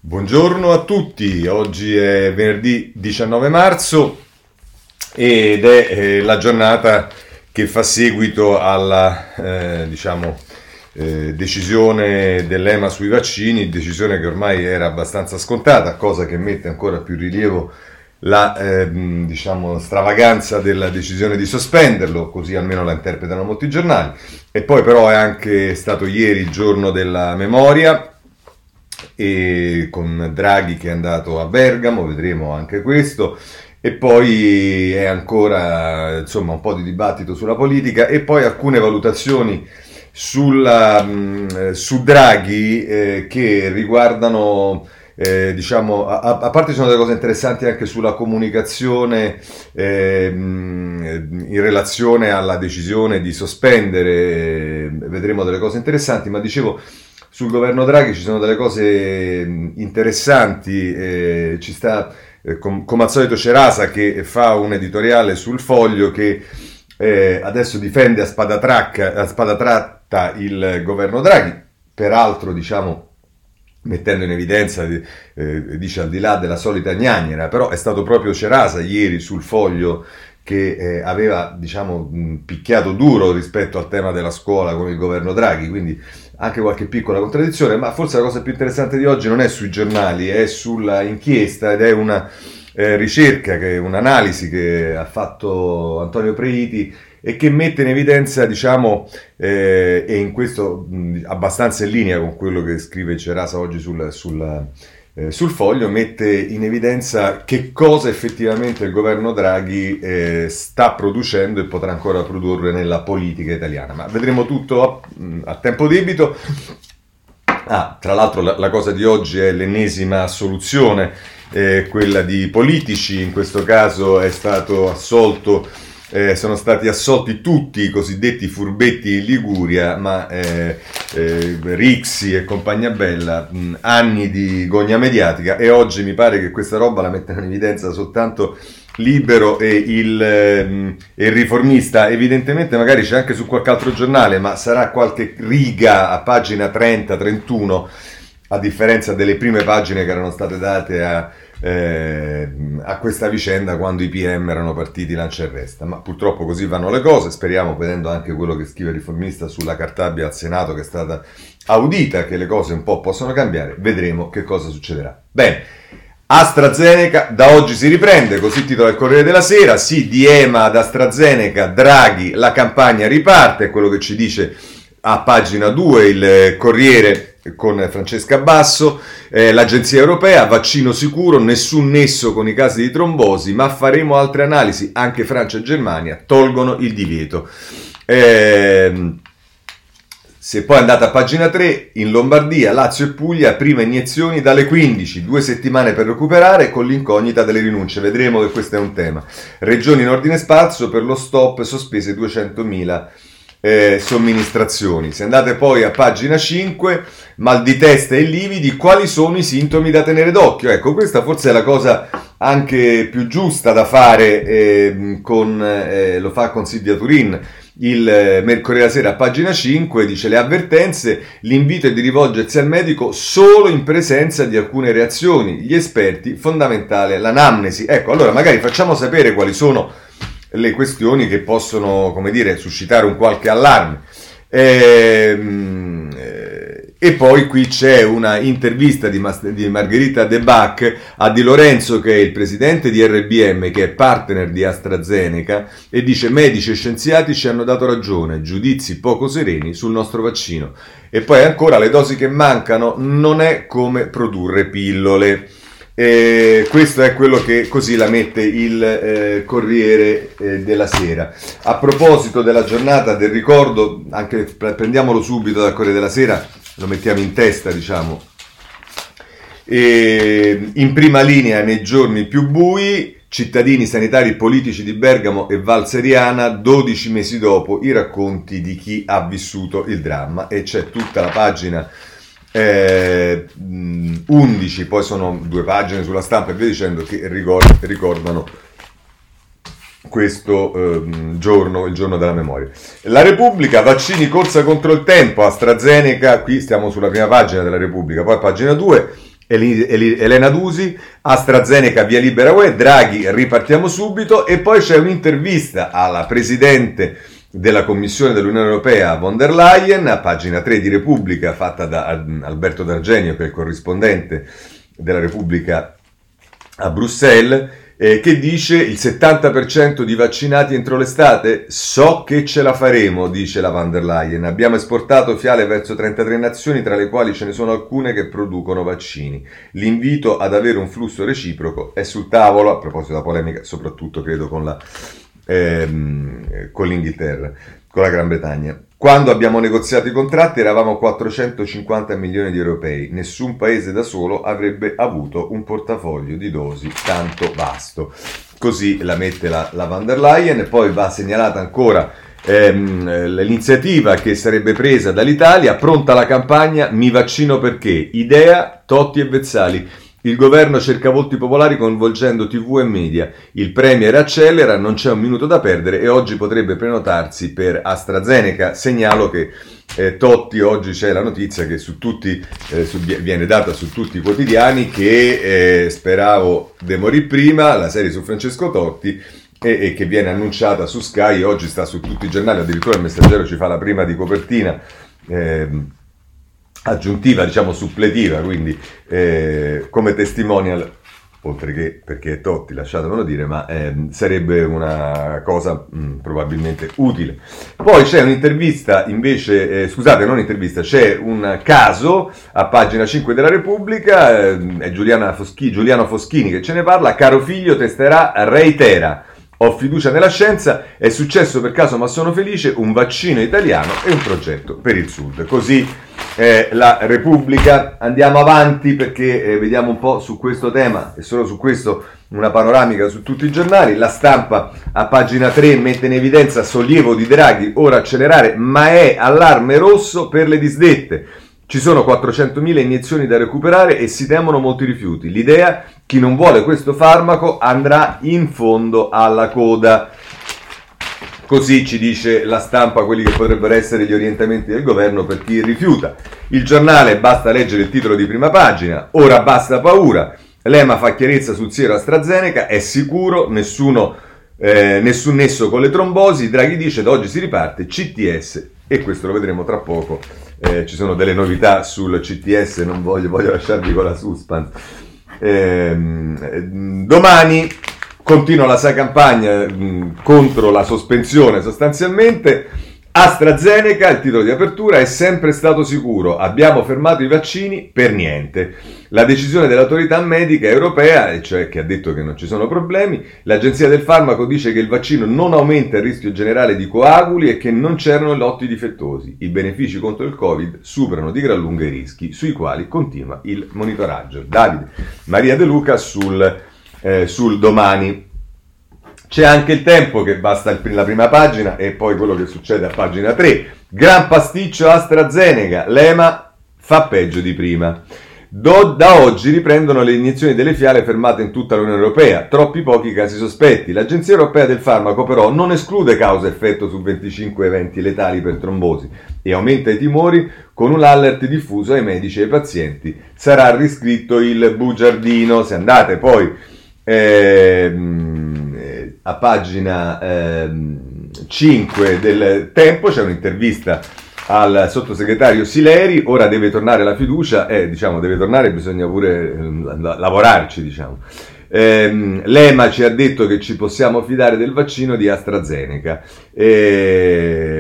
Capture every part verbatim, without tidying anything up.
Buongiorno a tutti, oggi è venerdì diciannove marzo ed è eh, la giornata che fa seguito alla eh, diciamo, eh, decisione dell'E M A sui vaccini, decisione che ormai era abbastanza scontata, cosa che mette ancora più in rilievo la eh, diciamo, stravaganza della decisione di sospenderlo, così almeno la interpretano molti giornali. E poi però è anche stato ieri il giorno della memoria, e con Draghi che è andato a Bergamo, vedremo anche questo, e poi è ancora insomma un po' di dibattito sulla politica e poi alcune valutazioni sulla, mh, su Draghi eh, che riguardano eh, diciamo a, a parte ci sono delle cose interessanti anche sulla comunicazione eh, mh, in relazione alla decisione di sospendere, eh, vedremo delle cose interessanti, ma dicevo sul governo Draghi ci sono delle cose interessanti, eh, ci sta eh, com- come al solito Cerasa che fa un editoriale sul Foglio che eh, adesso difende a spada, tracca, a spada tratta il governo Draghi, peraltro diciamo mettendo in evidenza, eh, dice al di là della solita gnagnera, però è stato proprio Cerasa ieri sul Foglio che eh, aveva diciamo mh, picchiato duro rispetto al tema della scuola con il governo Draghi, quindi anche qualche piccola contraddizione, ma forse la cosa più interessante di oggi non è sui giornali, è sulla inchiesta ed è una eh, ricerca, che, un'analisi che ha fatto Antonio Preiti e che mette in evidenza, diciamo, eh, e in questo mh, abbastanza in linea con quello che scrive Cerasa oggi sul, sul, eh, sul Foglio, mette in evidenza che cosa effettivamente il governo Draghi eh, sta producendo e potrà ancora produrre nella politica italiana. Ma vedremo tutto a, a tempo debito. Ah, tra l'altro la, la cosa di oggi è l'ennesima assoluzione, eh, quella di Politici, in questo caso è stato assolto. Eh, sono stati assolti tutti i cosiddetti furbetti in Liguria, ma eh, eh, Rixi e compagnia bella, mh, anni di gogna mediatica, e oggi mi pare che questa roba la mettano in evidenza soltanto Libero e il, eh, il Riformista. Evidentemente magari c'è anche su qualche altro giornale, ma sarà qualche riga a pagina trenta trentuno, a differenza delle prime pagine che erano state date a Eh, a questa vicenda quando i P M erano partiti lancia e resta, ma purtroppo così vanno le cose. Speriamo, vedendo anche quello che scrive il Riformista sulla Cartabia al Senato che è stata audita, che le cose un po' possono cambiare. Vedremo che cosa succederà. Bene, AstraZeneca da oggi si riprende, così titola il Corriere della Sera. Sì, di E M A ad AstraZeneca, Draghi, la campagna riparte, è quello che ci dice a pagina due il Corriere con Francesca Basso. Eh, l'agenzia europea, vaccino sicuro, nessun nesso con i casi di trombosi, ma faremo altre analisi, anche Francia e Germania tolgono il divieto. Eh, se poi andate a pagina tre, in Lombardia, Lazio e Puglia, prime iniezioni dalle quindici, due settimane per recuperare con l'incognita delle rinunce, vedremo che questo è un tema. Regioni in ordine sparso, per lo stop sospese duecentomila Eh, somministrazioni. Se andate poi a pagina cinque, mal di testa e lividi, quali sono i sintomi da tenere d'occhio? Ecco, questa forse è la cosa anche più giusta da fare, eh, con, eh, lo fa con Silvia Turin. Il eh, Corriere della Sera a pagina cinque dice: le avvertenze, l'invito è di rivolgersi al medico solo in presenza di alcune reazioni, gli esperti, fondamentale l'anamnesi. Ecco, allora magari facciamo sapere quali sono le questioni che possono, come dire, suscitare un qualche allarme. E, e poi qui c'è una intervista di, di Margherita De Bach a Di Lorenzo, che è il presidente di R B M, che è partner di AstraZeneca, e dice: medici e scienziati ci hanno dato ragione, giudizi poco sereni sul nostro vaccino. E poi ancora, le dosi che mancano non è come produrre pillole. Eh, questo è quello che così la mette il eh, Corriere eh, della Sera. A proposito della giornata del ricordo, anche prendiamolo subito dal Corriere della Sera, lo mettiamo in testa, diciamo. Eh, in prima linea nei giorni più bui, cittadini, sanitari e politici di Bergamo e Val Seriana, dodici mesi dopo i racconti di chi ha vissuto il dramma, e c'è tutta la pagina Eh, undici, poi sono due pagine sulla Stampa e via dicendo, che ricord- ricordano questo eh, giorno, il giorno della memoria. La Repubblica, vaccini, corsa contro il tempo, AstraZeneca, qui stiamo sulla prima pagina della Repubblica, poi pagina due, Elena Dusi, AstraZeneca via libera U E, Draghi ripartiamo subito, e poi c'è un'intervista alla Presidente della Commissione dell'Unione Europea von der Leyen, a pagina tre di Repubblica, fatta da Alberto D'Argenio, che è il corrispondente della Repubblica a Bruxelles, eh, che dice: il settanta per cento di vaccinati entro l'estate? So che ce la faremo, dice la von der Leyen. Abbiamo esportato fiale verso trentatré nazioni, tra le quali ce ne sono alcune che producono vaccini. L'invito ad avere un flusso reciproco è sul tavolo, a proposito della polemica, soprattutto credo con la ehm, con l'Inghilterra, con la Gran Bretagna. Quando abbiamo negoziato i contratti eravamo quattrocentocinquanta milioni di europei, nessun paese da solo avrebbe avuto un portafoglio di dosi tanto vasto. Così la mette la, la von der Leyen. E poi va segnalata ancora ehm, l'iniziativa che sarebbe presa dall'Italia, pronta la campagna Mi vaccino perché, idea Totti e Vezzali. Il governo cerca voti popolari coinvolgendo tivù e media. Il premier accelera, non c'è un minuto da perdere e oggi potrebbe prenotarsi per AstraZeneca. Segnalo che eh, Totti, oggi c'è la notizia che su tutti eh, su, viene data su tutti i quotidiani, che eh, speravo de morì prima, la serie su Francesco Totti, e, e che viene annunciata su Sky, oggi sta su tutti i giornali, addirittura il Messaggero ci fa la prima di copertina, eh, aggiuntiva, diciamo suppletiva, quindi eh, come testimonial, oltre che perché è Totti, lasciatemelo dire, ma eh, sarebbe una cosa mh, probabilmente utile. Poi c'è un'intervista invece, eh, scusate, non intervista, c'è un caso a pagina cinque della Repubblica, eh, è Giuliana Foschi, Giuliano Foschini che ce ne parla. Caro figlio, testerà Reitera. Ho fiducia nella scienza, è successo per caso ma sono felice, un vaccino italiano e un progetto per il Sud. Così eh, la Repubblica. Andiamo avanti perché eh, vediamo un po' su questo tema e solo su questo una panoramica su tutti i giornali. La Stampa a pagina tre mette in evidenza sollievo di Draghi, ora accelerare, ma è allarme rosso per le disdette. Ci sono quattrocentomila iniezioni da recuperare e si temono molti rifiuti. L'idea, chi non vuole questo farmaco andrà in fondo alla coda. Così ci dice la Stampa quelli che potrebbero essere gli orientamenti del governo per chi rifiuta. Il Giornale, basta leggere il titolo di prima pagina, ora basta paura. L'E M A fa chiarezza sul siero AstraZeneca, è sicuro, nessuno, eh, nessun nesso con le trombosi. Draghi dice da oggi si riparte, C T S, e questo lo vedremo tra poco. Eh, ci sono delle novità sul C T S, non voglio, voglio lasciarvi con la suspense. Eh, domani continua la sua campagna mh, contro la sospensione sostanzialmente. AstraZeneca, il titolo di apertura, è sempre stato sicuro, abbiamo fermato i vaccini per niente. La decisione dell'autorità medica europea, cioè che ha detto che non ci sono problemi, l'agenzia del farmaco dice che il vaccino non aumenta il rischio generale di coaguli e che non c'erano lotti difettosi. I benefici contro il Covid superano di gran lunga i rischi, sui quali continua il monitoraggio. Davide Maria De Luca sul, eh, sul Domani. C'è anche Il Tempo, che basta la prima pagina e poi quello che succede a pagina tre. Gran pasticcio AstraZeneca, l'E M A fa peggio di prima. Do, da oggi riprendono le iniezioni delle fiale fermate in tutta l'Unione Europea, troppi pochi casi sospetti. L'Agenzia Europea del Farmaco però non esclude causa-effetto su venticinque eventi letali per trombosi e aumenta i timori con un allert diffuso ai medici e ai pazienti. Sarà riscritto il bugiardino. Se andate poi ehm, a pagina ehm, cinque del Tempo c'è un'intervista al sottosegretario Sileri. Ora deve tornare la fiducia, eh, diciamo deve tornare, bisogna pure eh, lavorarci, diciamo. Eh, L'E M A ci ha detto che ci possiamo fidare del vaccino di AstraZeneca e,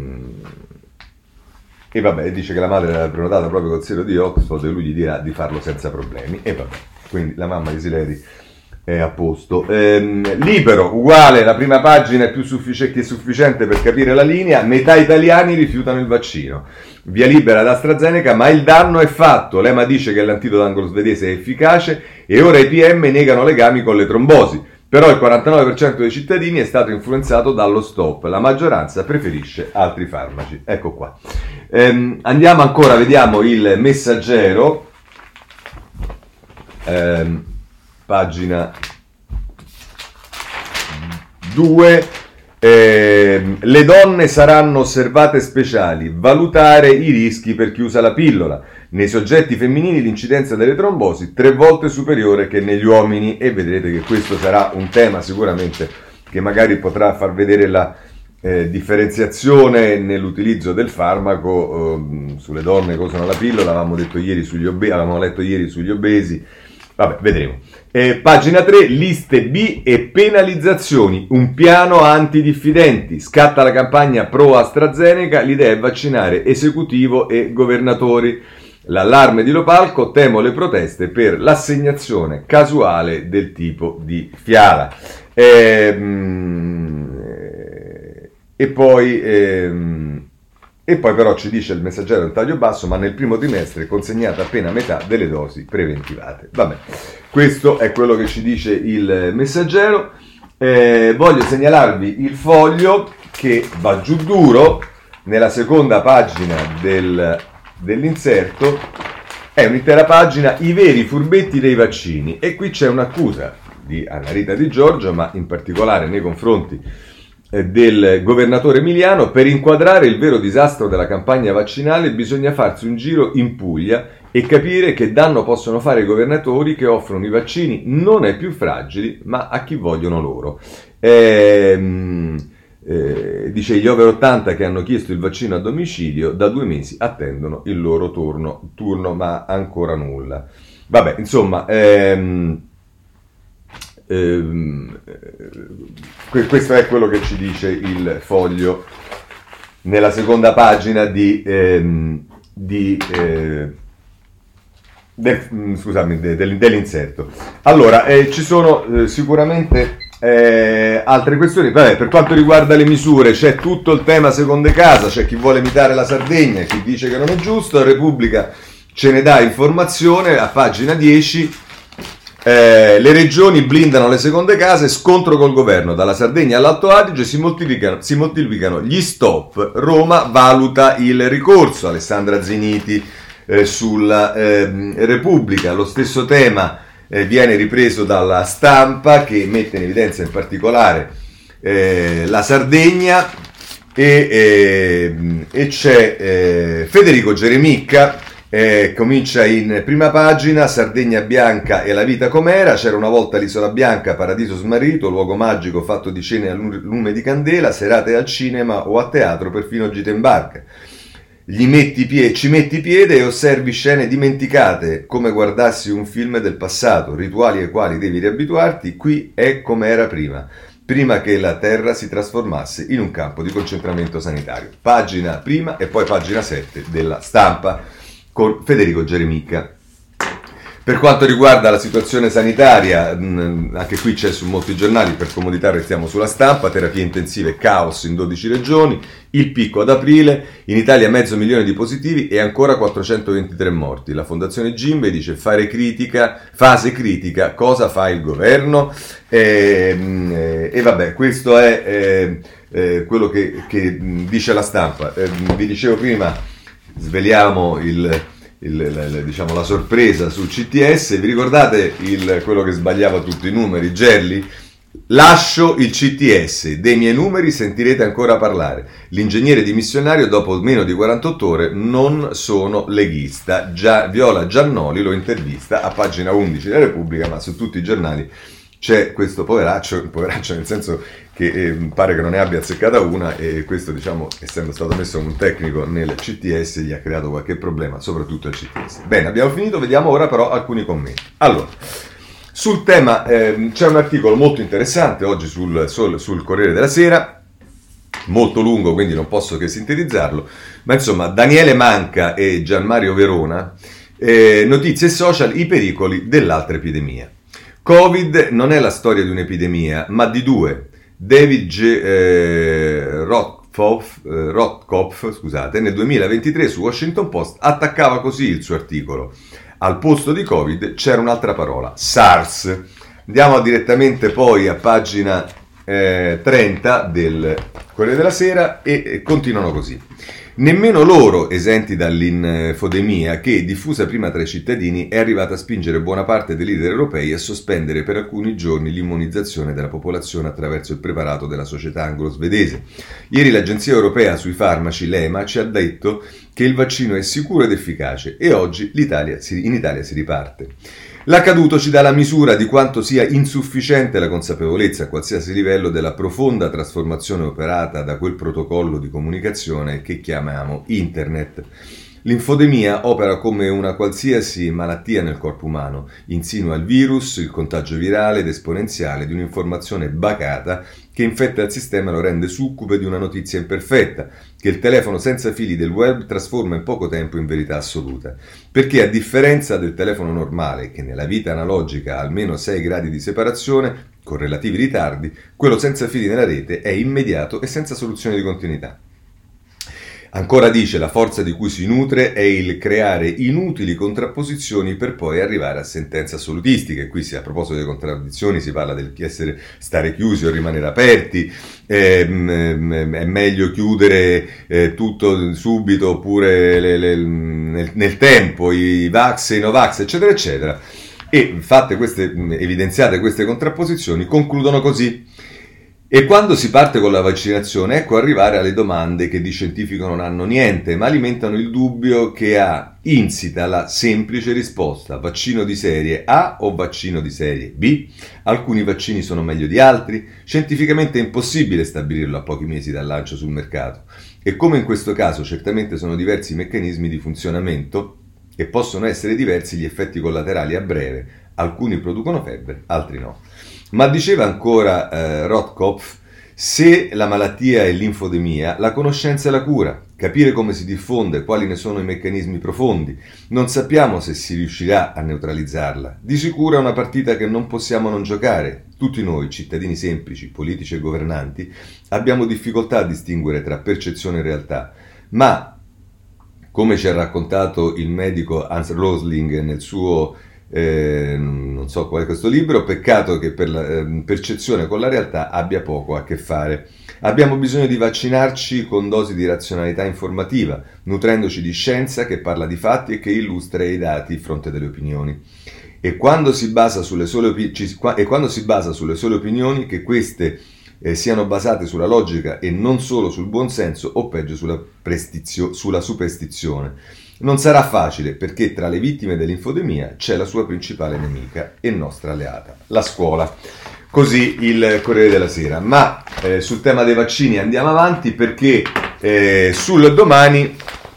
e vabbè, dice che la madre era prenotata proprio col siero di Oxford e lui gli dirà di farlo senza problemi e vabbè, quindi la mamma di Sileri è a posto. Ehm, Libero, uguale, la prima pagina è più suffic- che sufficiente per capire la linea. Metà italiani rifiutano il vaccino. Via libera ad AstraZeneca, ma il danno è fatto. L'E M A dice che l'antidoto anglo-svedese è efficace e ora i P M negano legami con le trombosi. Però il quarantanove per cento dei cittadini è stato influenzato dallo stop. La maggioranza preferisce altri farmaci. Ecco qua. Ehm, andiamo ancora, vediamo il Messaggero. Ehm, pagina due, Eh, le donne saranno osservate speciali, valutare i rischi per chi usa la pillola. Nei soggetti femminili l'incidenza delle trombosi tre volte superiore che negli uomini, e vedrete che questo sarà un tema sicuramente che magari potrà far vedere la eh, differenziazione nell'utilizzo del farmaco eh, sulle donne che usano la pillola. Avevamo detto ieri sugli obe- avevamo letto ieri sugli obesi. Vabbè, vedremo. Eh, pagina tre, liste B e penalizzazioni, un piano antidiffidenti, scatta la campagna pro AstraZeneca, l'idea è vaccinare esecutivo e governatori. L'allarme di Lopalco, temo le proteste per l'assegnazione casuale del tipo di Fiala. Ehm, e poi... Ehm, E poi però ci dice il Messaggero del taglio basso, ma nel primo trimestre è consegnata appena metà delle dosi preventivate. Vabbè, questo è quello che ci dice il Messaggero. Eh, voglio segnalarvi il Foglio che va giù duro nella seconda pagina del, dell'inserto. È un'intera pagina, i veri furbetti dei vaccini. E qui c'è un'accusa di Anna Rita Di Giorgio, ma in particolare nei confronti del governatore emiliano. Per inquadrare il vero disastro della campagna vaccinale bisogna farsi un giro in Puglia e capire che danno possono fare i governatori che offrono i vaccini non ai più fragili ma a chi vogliono loro. Ehm, eh, dice gli over ottanta che hanno chiesto il vaccino a domicilio da due mesi attendono il loro turno, turno ma ancora nulla. Vabbè, insomma... Ehm, ehm, questo è quello che ci dice il Foglio nella seconda pagina di, ehm, di eh, del, scusami, de, de, dell'inserto. Allora, eh, ci sono eh, sicuramente eh, altre questioni. Vabbè, per quanto riguarda le misure, c'è tutto il tema seconde casa, c'è chi vuole imitare la Sardegna, chi dice che non è giusto. Repubblica ce ne dà informazione a pagina dieci. Eh, le regioni blindano le seconde case, scontro col governo, dalla Sardegna all'Alto Adige si moltiplicano, si moltiplicano gli stop, Roma valuta il ricorso, Alessandra Ziniti eh, sulla eh, Repubblica. Lo stesso tema eh, viene ripreso dalla Stampa, che mette in evidenza in particolare eh, la Sardegna e, eh, e c'è eh, Federico Geremicca. Eh, comincia in prima pagina, Sardegna Bianca e la vita com'era. C'era una volta l'Isola Bianca, paradiso smarrito, luogo magico fatto di cene a lume di candela, serate al cinema o a teatro, perfino gite in barca. Gli metti pie- ci metti piede e osservi scene dimenticate, come guardassi un film del passato, rituali ai quali devi riabituarti. Qui è come era prima, prima che la terra si trasformasse in un campo di concentramento sanitario. Pagina prima e poi pagina sette della Stampa, con Federico Geremicca. Per quanto riguarda la situazione sanitaria, mh, anche qui c'è su molti giornali, per comodità restiamo sulla Stampa, terapie intensive, caos in dodici regioni, il picco ad aprile, in Italia mezzo milione di positivi e ancora quattrocentoventitré morti. La Fondazione Gimbe dice fare critica, fase critica, cosa fa il governo? E, mh, e vabbè, questo è eh, eh, quello che, che dice la Stampa. Eh, vi dicevo prima, sveliamo il, il, la, diciamo, la sorpresa sul C T S. Vi ricordate il, quello che sbagliava tutti i numeri, Gelli? Lascio il C T S, dei miei numeri sentirete ancora parlare. L'ingegnere dimissionario dopo meno di quarantotto ore, non sono leghista. Gia, Viola Giannoli lo intervista a pagina undici della Repubblica, ma su tutti i giornali c'è questo poveraccio, poveraccio nel senso che eh, pare che non ne abbia azzeccata una, e questo, diciamo, essendo stato messo un tecnico nel C T S, gli ha creato qualche problema, soprattutto al C T S. Bene, abbiamo finito, vediamo ora però alcuni commenti. Allora, sul tema eh, c'è un articolo molto interessante oggi sul, sul, sul Corriere della Sera, molto lungo, quindi non posso che sintetizzarlo, ma insomma, Daniele Manca e Gianmario Verona, eh, notizie social, i pericoli dell'altra epidemia. Covid non è la storia di un'epidemia, ma di due. David G. Eh, Rothkopf, eh, Rothkopf scusate, nel duemilaventitré su Washington Post attaccava così il suo articolo. Al posto di Covid c'era un'altra parola, SARS. Andiamo direttamente poi a pagina eh, trenta del Corriere della Sera e, e continuano così. Nemmeno loro esenti dall'infodemia che, diffusa prima tra i cittadini, è arrivata a spingere buona parte dei leader europei a sospendere per alcuni giorni l'immunizzazione della popolazione attraverso il preparato della società anglo-svedese. Ieri l'Agenzia Europea sui Farmaci, l'EMA, ci ha detto che il vaccino è sicuro ed efficace e oggi l'Italia si, in Italia si riparte. L'accaduto ci dà la misura di quanto sia insufficiente la consapevolezza a qualsiasi livello della profonda trasformazione operata da quel protocollo di comunicazione che chiamiamo Internet. L'infodemia opera come una qualsiasi malattia nel corpo umano, insinua il virus, il contagio virale ed esponenziale di un'informazione bacata che infetta il sistema e lo rende succube di una notizia imperfetta, che il telefono senza fili del web trasforma in poco tempo in verità assoluta. Perché a differenza del telefono normale, che nella vita analogica ha almeno sei gradi di separazione, con relativi ritardi, quello senza fili nella rete è immediato e senza soluzione di continuità. Ancora dice, la forza di cui si nutre è il creare inutili contrapposizioni per poi arrivare a sentenze assolutistiche. Qui, a proposito delle contraddizioni, si parla del essere, stare chiusi o rimanere aperti, ehm, è meglio chiudere eh, tutto subito oppure le, le, nel, nel tempo, i Vax e i Novax, eccetera, eccetera. E fatte queste, evidenziate queste contrapposizioni, concludono così. E quando si parte con la vaccinazione, ecco arrivare alle domande che di scientifico non hanno niente, ma alimentano il dubbio che ha insita la semplice risposta: vaccino di serie A o vaccino di serie B? Alcuni vaccini sono meglio di altri? Scientificamente è impossibile stabilirlo a pochi mesi dal lancio sul mercato. E come in questo caso certamente sono diversi i meccanismi di funzionamento e possono essere diversi gli effetti collaterali a breve, alcuni producono febbre, altri no. Ma diceva ancora eh, Rotkopf, se la malattia è l'infodemia, la conoscenza è la cura, capire come si diffonde, quali ne sono i meccanismi profondi. Non sappiamo se si riuscirà a neutralizzarla. Di sicuro è una partita che non possiamo non giocare. Tutti noi, cittadini semplici, politici e governanti, abbiamo difficoltà a distinguere tra percezione e realtà. Ma, come ci ha raccontato il medico Hans Rosling nel suo Eh, non so qual è questo libro, peccato che per la eh, percezione con la realtà abbia poco a che fare. Abbiamo bisogno di vaccinarci con dosi di razionalità informativa, nutrendoci di scienza che parla di fatti e che illustra i dati a fronte delle opinioni. E quando si basa sulle sole, opi- ci, e quando si basa sulle sole opinioni, che queste eh, siano basate sulla logica e non solo sul buonsenso o peggio sulla, prestizio- sulla superstizione. Non sarà facile perché tra le vittime dell'infodemia c'è la sua principale nemica e nostra alleata, la scuola. Così il Corriere della Sera. Ma eh, sul tema dei vaccini andiamo avanti perché eh, sul Domani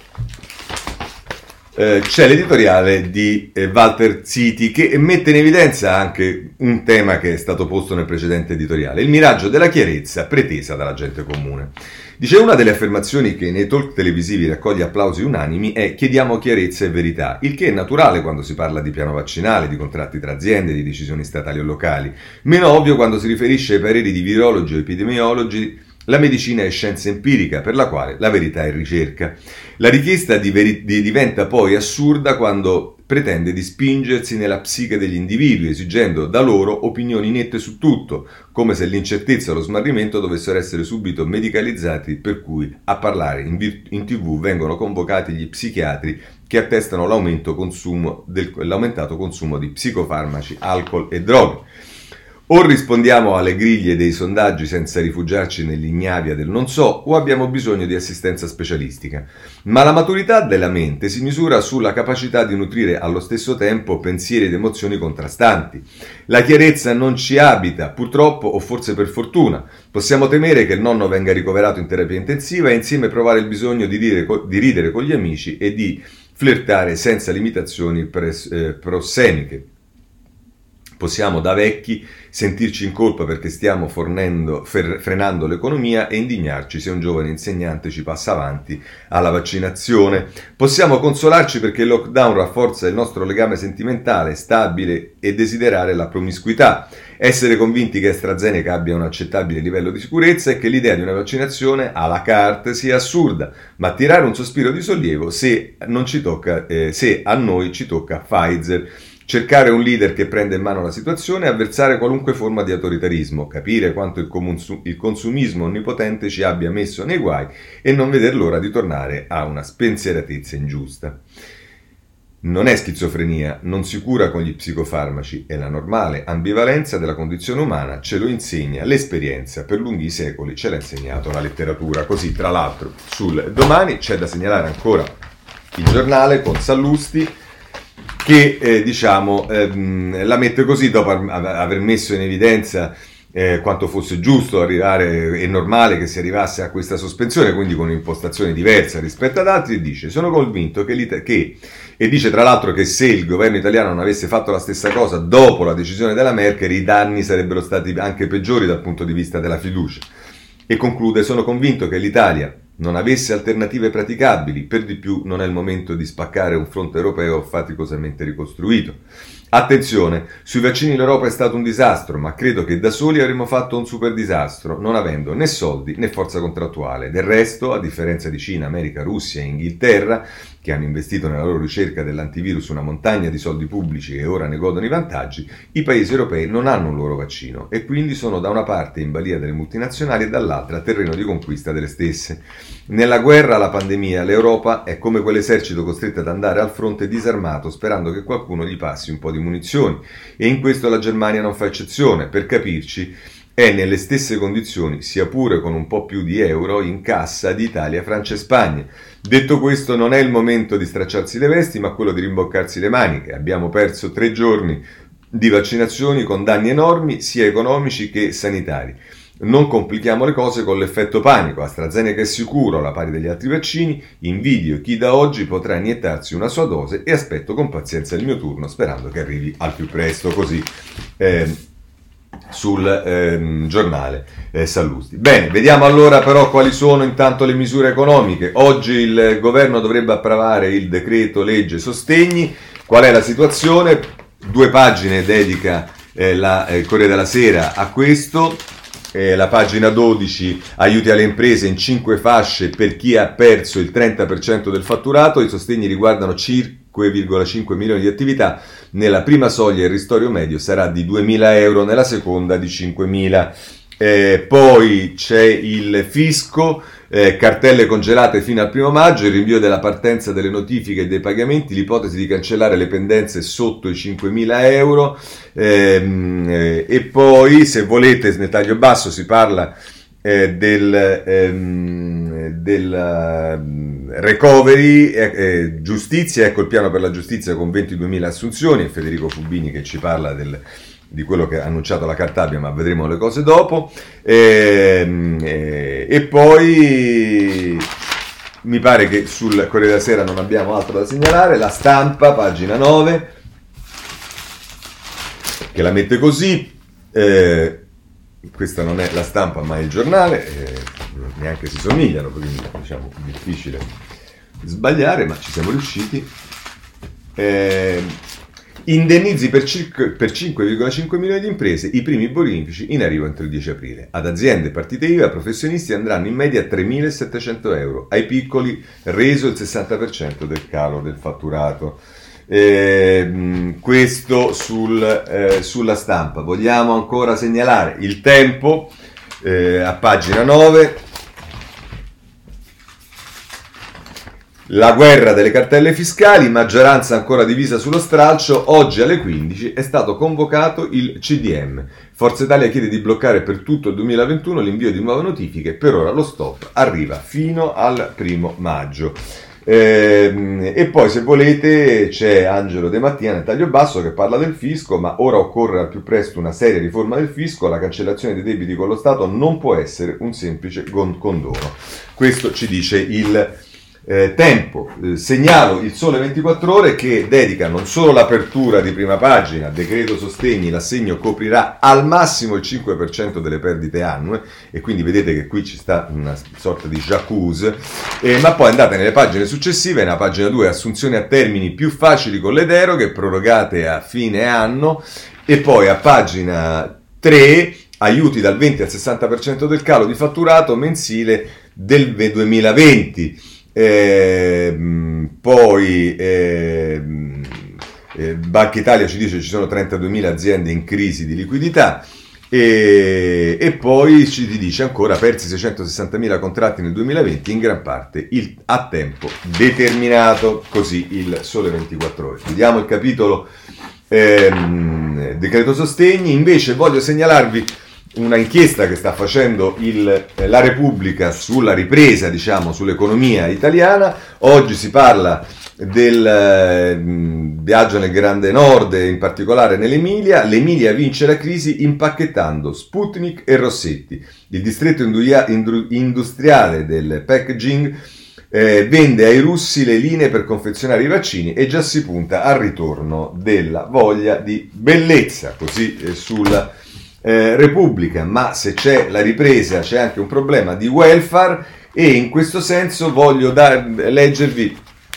eh, c'è l'editoriale di eh, Walter Ziti che mette in evidenza anche un tema che è stato posto nel precedente editoriale, il miraggio della chiarezza pretesa dalla gente comune. Dice, una delle affermazioni che nei talk televisivi raccoglie applausi unanimi è: chiediamo chiarezza e verità, il che è naturale quando si parla di piano vaccinale, di contratti tra aziende, di decisioni statali o locali, meno ovvio quando si riferisce ai pareri di virologi o epidemiologi. La medicina è scienza empirica, per la quale la verità è ricerca. La richiesta di veri- di diventa poi assurda quando pretende di spingersi nella psiche degli individui, esigendo da loro opinioni nette su tutto, come se l'incertezza o lo smarrimento dovessero essere subito medicalizzati, per cui a parlare in, vir- in tv vengono convocati gli psichiatri che attestano l'aumento consumo del- l'aumentato consumo di psicofarmaci, alcol e droghe. O rispondiamo alle griglie dei sondaggi senza rifugiarci nell'ignavia del non so, o abbiamo bisogno di assistenza specialistica. Ma la maturità della mente si misura sulla capacità di nutrire allo stesso tempo pensieri ed emozioni contrastanti. La chiarezza non ci abita, purtroppo o forse per fortuna. Possiamo temere che il nonno venga ricoverato in terapia intensiva e insieme provare il bisogno di, dire, di ridere con gli amici e di flirtare senza limitazioni pres, eh, prossemiche. Possiamo da vecchi sentirci in colpa perché stiamo fornendo, fer, frenando l'economia e indignarci se un giovane insegnante ci passa avanti alla vaccinazione. Possiamo consolarci perché il lockdown rafforza il nostro legame sentimentale, stabile e desiderare la promiscuità. Essere convinti che AstraZeneca abbia un accettabile livello di sicurezza e che l'idea di una vaccinazione à la carte sia assurda, ma tirare un sospiro di sollievo se, non ci tocca, eh, se a noi ci tocca Pfizer. cercare un leader che prenda in mano la situazione e avversare qualunque forma di autoritarismo, capire quanto il, comunsu- il consumismo onnipotente ci abbia messo nei guai e non veder l'ora di tornare a una spensieratezza ingiusta. Non è schizofrenia, non si cura con gli psicofarmaci, è la normale ambivalenza della condizione umana, ce lo insegna l'esperienza, per lunghi secoli ce l'ha insegnato la letteratura. Così, tra l'altro, sul Domani c'è da segnalare ancora il giornale con Sallusti, che eh, diciamo ehm, la mette così dopo aver messo in evidenza eh, quanto fosse giusto arrivare e normale che si arrivasse a questa sospensione, quindi con un'impostazione diversa rispetto ad altri, e dice: sono convinto che, che e dice tra l'altro che se il governo italiano non avesse fatto la stessa cosa dopo la decisione della Merkel, i danni sarebbero stati anche peggiori dal punto di vista della fiducia. E conclude: sono convinto che l'Italia non avesse alternative praticabili, per di più non è il momento di spaccare un fronte europeo faticosamente ricostruito. Attenzione, sui vaccini l'Europa è stato un disastro, ma credo che da soli avremmo fatto un super disastro, non avendo né soldi né forza contrattuale. Del resto, a differenza di Cina, America, Russia e Inghilterra, che hanno investito nella loro ricerca dell'antivirus una montagna di soldi pubblici e ora ne godono i vantaggi, i paesi europei non hanno un loro vaccino e quindi sono da una parte in balia delle multinazionali e dall'altra terreno di conquista delle stesse. Nella guerra alla pandemia l'Europa è come quell'esercito costretto ad andare al fronte disarmato sperando che qualcuno gli passi un po' di munizioni, e in questo la Germania non fa eccezione. Per capirci, è nelle stesse condizioni, sia pure con un po' più di euro in cassa, di Italia, Francia e Spagna. Detto questo, non è il momento di stracciarsi le vesti, ma quello di rimboccarsi le maniche. Abbiamo perso tre giorni di vaccinazioni con danni enormi, sia economici che sanitari. Non complichiamo le cose con l'effetto panico. AstraZeneca è sicuro, alla pari degli altri vaccini. Invidio chi da oggi potrà iniettarsi una sua dose e aspetto con pazienza il mio turno, sperando che arrivi al più presto. Così eh, sul eh, giornale eh, Sallusti. Bene, vediamo allora però quali sono intanto le misure economiche. Oggi il governo dovrebbe approvare il decreto legge sostegni. Qual è la situazione? Due pagine dedica eh, la eh, Corriere della Sera a questo. Eh, la pagina dodici, aiuti alle imprese in cinque fasce per chi ha perso il trenta per cento del fatturato. I sostegni riguardano cinque virgola cinque milioni di attività. Nella prima soglia il ristorio medio sarà di duemila euro, nella seconda di cinquemila. Eh, poi c'è il fisco, eh, cartelle congelate fino al primo maggio, il rinvio della partenza delle notifiche e dei pagamenti, l'ipotesi di cancellare le pendenze sotto i cinquemila euro, ehm, eh, e poi, se volete, nel taglio basso si parla eh, del, ehm, del uh, recovery, eh, eh, giustizia. Ecco il piano per la giustizia con ventiduemila assunzioni, e Federico Fubini che ci parla del di quello che ha annunciato la Cartabia, ma vedremo le cose dopo. E, e, e poi mi pare che sul Corriere della Sera non abbiamo altro da segnalare. La Stampa, pagina nove, che la mette così. Eh, questa non è la Stampa ma è il giornale, eh, neanche si somigliano, quindi diciamo difficile sbagliare, ma ci siamo riusciti. Eh, Indennizi per, circa, per cinque virgola cinque milioni di imprese, i primi bonifici in arrivo entro il dieci aprile. Ad aziende, partite I V A, professionisti andranno in media tremilasettecento euro. Ai piccoli reso il sessanta per cento del calo del fatturato. Eh, questo sul, eh, sulla Stampa. Vogliamo ancora segnalare il Tempo, eh, a pagina nove. La guerra delle cartelle fiscali, maggioranza ancora divisa sullo stralcio. Oggi alle quindici è stato convocato il C D M. Forza Italia chiede di bloccare per tutto il duemilaventuno l'invio di nuove notifiche. Per ora lo stop arriva fino al primo maggio. Eh, e poi, se volete, c'è Angelo De Mattia nel taglio basso che parla del fisco, ma ora occorre al più presto una seria riforma del fisco. La cancellazione dei debiti con lo Stato non può essere un semplice condono. Questo ci dice il Eh, Tempo. Eh, segnalo il Sole ventiquattro Ore, che dedica non solo l'apertura di prima pagina, decreto sostegni, l'assegno coprirà al massimo il cinque per cento delle perdite annue, e quindi vedete che qui ci sta una sorta di jacuzzi, eh, ma poi andate nelle pagine successive. Nella pagina due, assunzioni a termini più facili con le deroghe prorogate a fine anno, e poi a pagina tre, aiuti dal venti al sessanta per cento del calo di fatturato mensile del duemilaventi. Eh, poi eh, eh, Banca Italia ci dice che ci sono trentaduemila aziende in crisi di liquidità. E, e poi ci dice ancora persi seicentosessantamila contratti nel duemilaventi, in gran parte il, a tempo determinato, così il Sole ventiquattro Ore. Vediamo il capitolo ehm, decreto sostegni. Invece voglio segnalarvi una inchiesta che sta facendo il, la Repubblica sulla ripresa, diciamo, sull'economia italiana. Oggi si parla del eh, viaggio nel Grande Nord, in particolare nell'Emilia. L'Emilia vince la crisi impacchettando Sputnik e Rossetti. Il distretto induia- indru- industriale del packaging eh, vende ai russi le linee per confezionare i vaccini e già si punta al ritorno della voglia di bellezza, così eh, sulla eh, Repubblica. Ma se c'è la ripresa c'è anche un problema di welfare, e in questo senso voglio dar- leggervi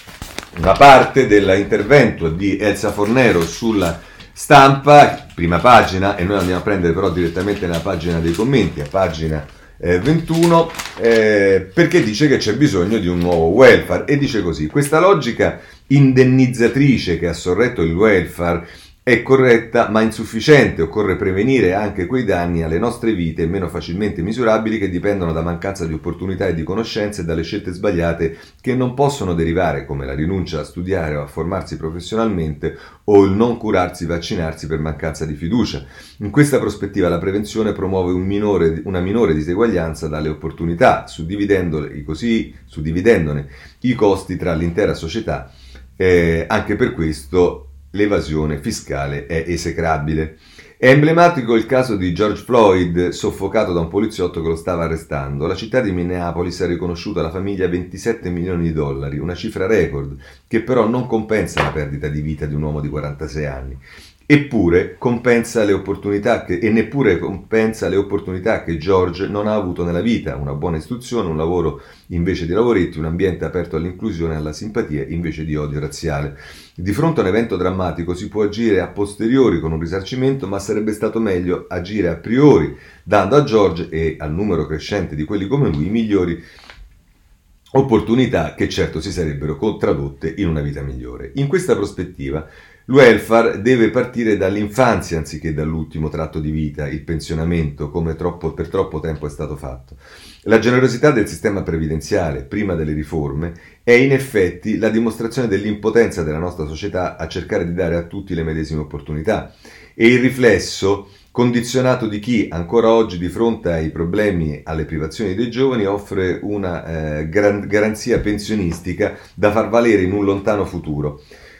una parte dell'intervento di Elsa Fornero sulla Stampa, prima pagina, e noi andiamo a prendere però direttamente nella pagina dei commenti, a pagina eh, ventuno, eh, perché dice che c'è bisogno di un nuovo welfare, e dice così: questa logica indennizzatrice che ha sorretto il welfare è corretta ma insufficiente. Occorre prevenire anche quei danni alle nostre vite meno facilmente misurabili, che dipendono da mancanza di opportunità e di conoscenze e dalle scelte sbagliate che non possono derivare, come la rinuncia a studiare o a formarsi professionalmente o il non curarsi, vaccinarsi per mancanza di fiducia. In questa prospettiva la prevenzione promuove un minore, una minore diseguaglianza dalle opportunità, suddividendole, così, suddividendone i costi tra l'intera società. Eh, anche per questo l'evasione fiscale è esecrabile. È emblematico il caso di George Floyd, soffocato da un poliziotto che lo stava arrestando. La città di Minneapolis ha riconosciuto alla famiglia ventisette milioni di dollari, una cifra record, che però non compensa la perdita di vita di un uomo di quarantasei anni. Eppure compensa le opportunità che, e neppure compensa le opportunità che George non ha avuto nella vita: una buona istruzione, un lavoro invece di lavoretti, un ambiente aperto all'inclusione e alla simpatia invece di odio razziale. Di fronte a un evento drammatico si può agire a posteriori con un risarcimento, ma sarebbe stato meglio agire a priori, dando a George e al numero crescente di quelli come lui migliori opportunità che certo si sarebbero tradotte in una vita migliore. In questa prospettiva il welfare deve partire dall'infanzia anziché dall'ultimo tratto di vita, il pensionamento, come troppo, per troppo tempo è stato fatto. La generosità del sistema previdenziale, prima delle riforme, è in effetti la dimostrazione dell'impotenza della nostra società a cercare di dare a tutti le medesime opportunità, e il riflesso condizionato di chi ancora oggi, di fronte ai problemi e alle privazioni dei giovani, offre una eh, gar- garanzia pensionistica da far valere in un lontano futuro.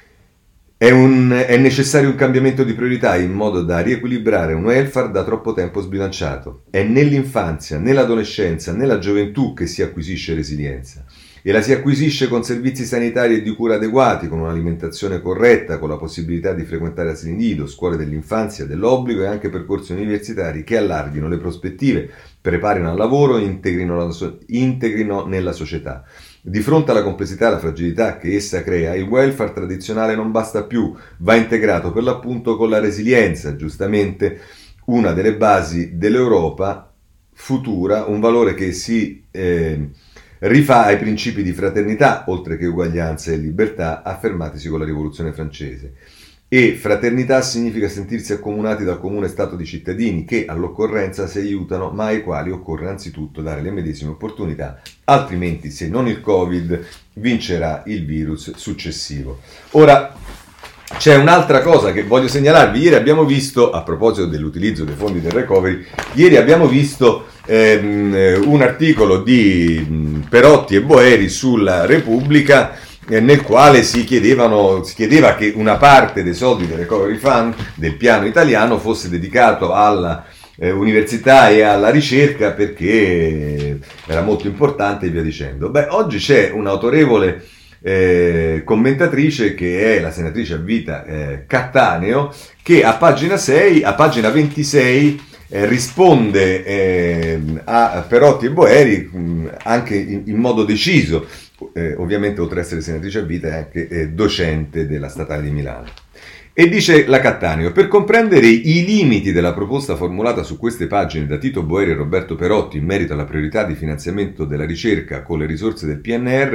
È, un, è necessario un cambiamento di priorità in modo da riequilibrare un welfare da troppo tempo sbilanciato. È nell'infanzia, nell'adolescenza, nella gioventù che si acquisisce resilienza. E la si acquisisce con servizi sanitari e di cura adeguati, con un'alimentazione corretta, con la possibilità di frequentare asili nido, scuole dell'infanzia, dell'obbligo e anche percorsi universitari che allarghino le prospettive, preparino al lavoro e integrino, la, integrino nella società. Di fronte alla complessità e alla fragilità che essa crea, il welfare tradizionale non basta più, va integrato per l'appunto con la resilienza, giustamente una delle basi dell'Europa futura, un valore che si eh, rifà ai principi di fraternità, oltre che uguaglianza e libertà, affermatisi con la Rivoluzione francese. E fraternità significa sentirsi accomunati dal comune stato di cittadini che all'occorrenza si aiutano, ma ai quali occorre anzitutto dare le medesime opportunità, altrimenti, se non il Covid, vincerà il virus successivo. Ora, c'è un'altra cosa che voglio segnalarvi. Ieri abbiamo visto, a proposito dell'utilizzo dei fondi del recovery, ieri abbiamo visto ehm, un articolo di Perotti e Boeri sulla Repubblica, nel quale si chiedevano, si chiedeva che una parte dei soldi del Recovery Fund, del piano italiano, fosse dedicato alla eh, università e alla ricerca, perché era molto importante e via dicendo. Beh, oggi c'è un'autorevole eh, commentatrice, che è la senatrice a vita eh, Cattaneo, che a pagina sei, a pagina ventisei eh, risponde eh, a Perotti e Boeri mh, anche in, in modo deciso. Eh, ovviamente, oltre ad essere senatrice a vita, è anche eh, docente della Statale di Milano. E dice la Cattaneo: per comprendere i limiti della proposta formulata su queste pagine da Tito Boeri e Roberto Perotti in merito alla priorità di finanziamento della ricerca con le risorse del P N R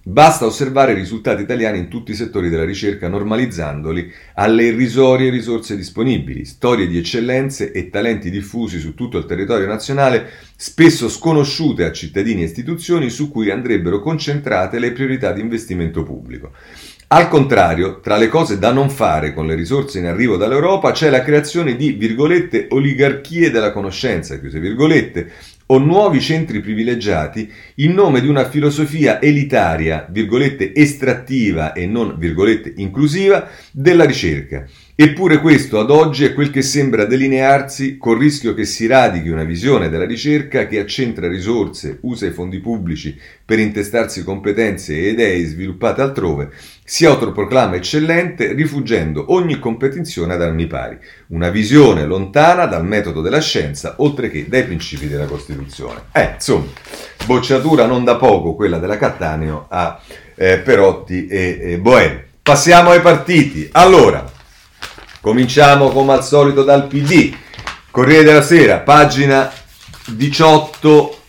Basta osservare i risultati italiani in tutti i settori della ricerca, normalizzandoli alle irrisorie risorse disponibili, storie di eccellenze e talenti diffusi su tutto il territorio nazionale, spesso sconosciute a cittadini e istituzioni su cui andrebbero concentrate le priorità di investimento pubblico. Al contrario, tra le cose da non fare con le risorse in arrivo dall'Europa c'è la creazione di, virgolette, oligarchie della conoscenza, chiuse virgolette, o nuovi centri privilegiati in nome di una filosofia elitaria, virgolette, estrattiva e non, virgolette, inclusiva della ricerca. Eppure questo ad oggi è quel che sembra delinearsi, col rischio che si radichi una visione della ricerca che accentra risorse, usa i fondi pubblici per intestarsi competenze e idee sviluppate altrove, si autoproclama eccellente rifuggendo ogni competizione ad armi pari. Una visione lontana dal metodo della scienza, oltre che dai principi della Costituzione. Eh, insomma, bocciatura non da poco quella della Cattaneo a eh, Perotti e, e Boemi. Passiamo ai partiti. Allora, cominciamo come al solito dal P D. Corriere della Sera, pagina diciotto.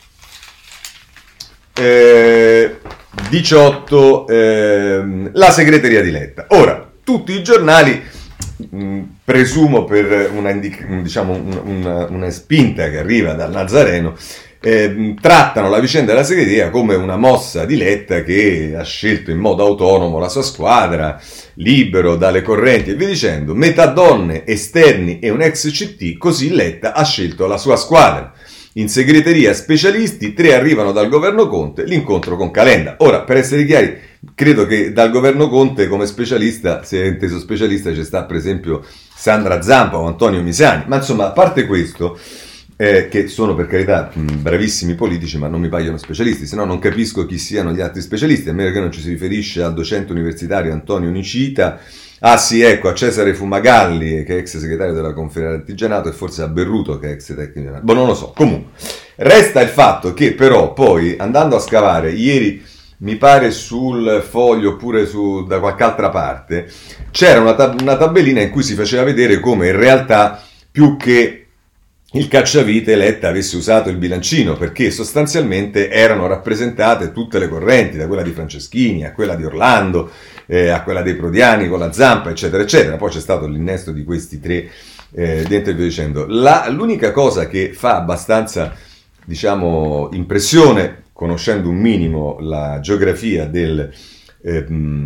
Eh, diciotto, eh, la segreteria di Letta. Ora, tutti i giornali, mh, presumo per una, diciamo, una, una spinta che arriva dal Nazareno, eh, trattano la vicenda della segreteria come una mossa di Letta che ha scelto in modo autonomo la sua squadra, libero dalle correnti e via dicendo, metà donne, esterni e un ex C T, così Letta ha scelto la sua squadra. In segreteria specialisti, tre arrivano dal governo Conte, l'incontro con Calenda. Ora, per essere chiari, credo che dal governo Conte come specialista, se è inteso specialista, ci sta per esempio Sandra Zampa o Antonio Misani, ma insomma, a parte questo, eh, che sono per carità mh, bravissimi politici, ma non mi paiono specialisti, se no non capisco chi siano gli altri specialisti, a meno che non ci si riferisce al docente universitario Antonio Nicita. Ah sì, ecco, a Cesare Fumagalli, che è ex segretario della Confartigianato, e forse a Berruto, che è ex tecnico. Boh, non lo so. Comunque, resta il fatto che però poi, andando a scavare, ieri mi pare sul Foglio oppure su, da qualche altra parte, c'era una, tab- una tabellina in cui si faceva vedere come in realtà, più che il cacciavite, Letta avesse usato il bilancino, perché sostanzialmente erano rappresentate tutte le correnti, da quella di Franceschini a quella di Orlando, eh, a quella dei Prodiani con la Zampa, eccetera, eccetera. Poi c'è stato l'innesto di questi tre eh, dentro e via dicendo. La, l'unica cosa che fa abbastanza, diciamo, impressione, conoscendo un minimo la geografia del, eh,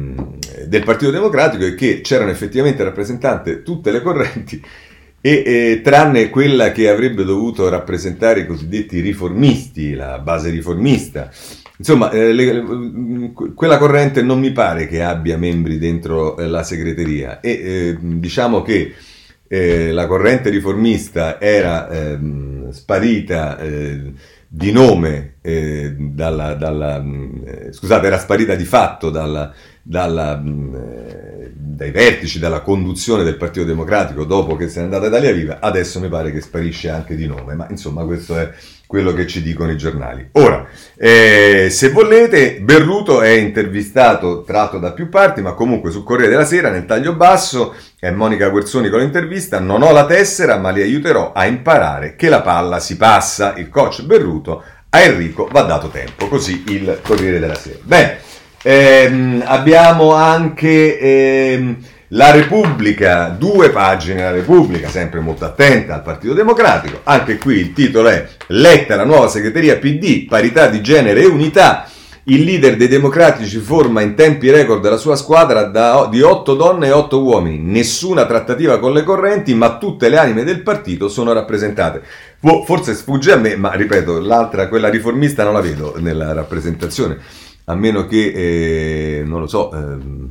del Partito Democratico, è che c'erano effettivamente rappresentate tutte le correnti, E, e tranne quella che avrebbe dovuto rappresentare i cosiddetti riformisti, la base riformista. Insomma, eh, le, le, quella corrente non mi pare che abbia membri dentro eh, la segreteria e eh, diciamo che eh, la corrente riformista era eh, sparita eh, di nome, eh, dalla, dalla, eh, scusate, era sparita di fatto dalla, dalla, eh, dai vertici, dalla conduzione del Partito Democratico dopo che se n'è andata Italia Viva. Adesso mi pare che sparisce anche di nome, ma insomma questo è quello che ci dicono i giornali. Ora, eh, se volete, Berruto è intervistato, tratto da più parti, ma comunque sul Corriere della Sera, nel taglio basso, è Monica Guerzoni con l'intervista: non ho la tessera, ma li aiuterò a imparare che la palla si passa. Il coach Berruto: a Enrico va dato tempo. Così il Corriere della Sera. Bene, ehm, abbiamo anche ehm, la Repubblica, due pagine della Repubblica, sempre molto attenta al Partito Democratico. Anche qui il titolo è: Letta la nuova segreteria P D, parità di genere e unità. Il leader dei democratici forma in tempi record la sua squadra da, di otto donne e otto uomini. Nessuna trattativa con le correnti, ma tutte le anime del partito sono rappresentate. Forse sfugge a me, ma ripeto, l'altra, quella riformista, non la vedo nella rappresentazione, a meno che, eh, non lo so, ehm,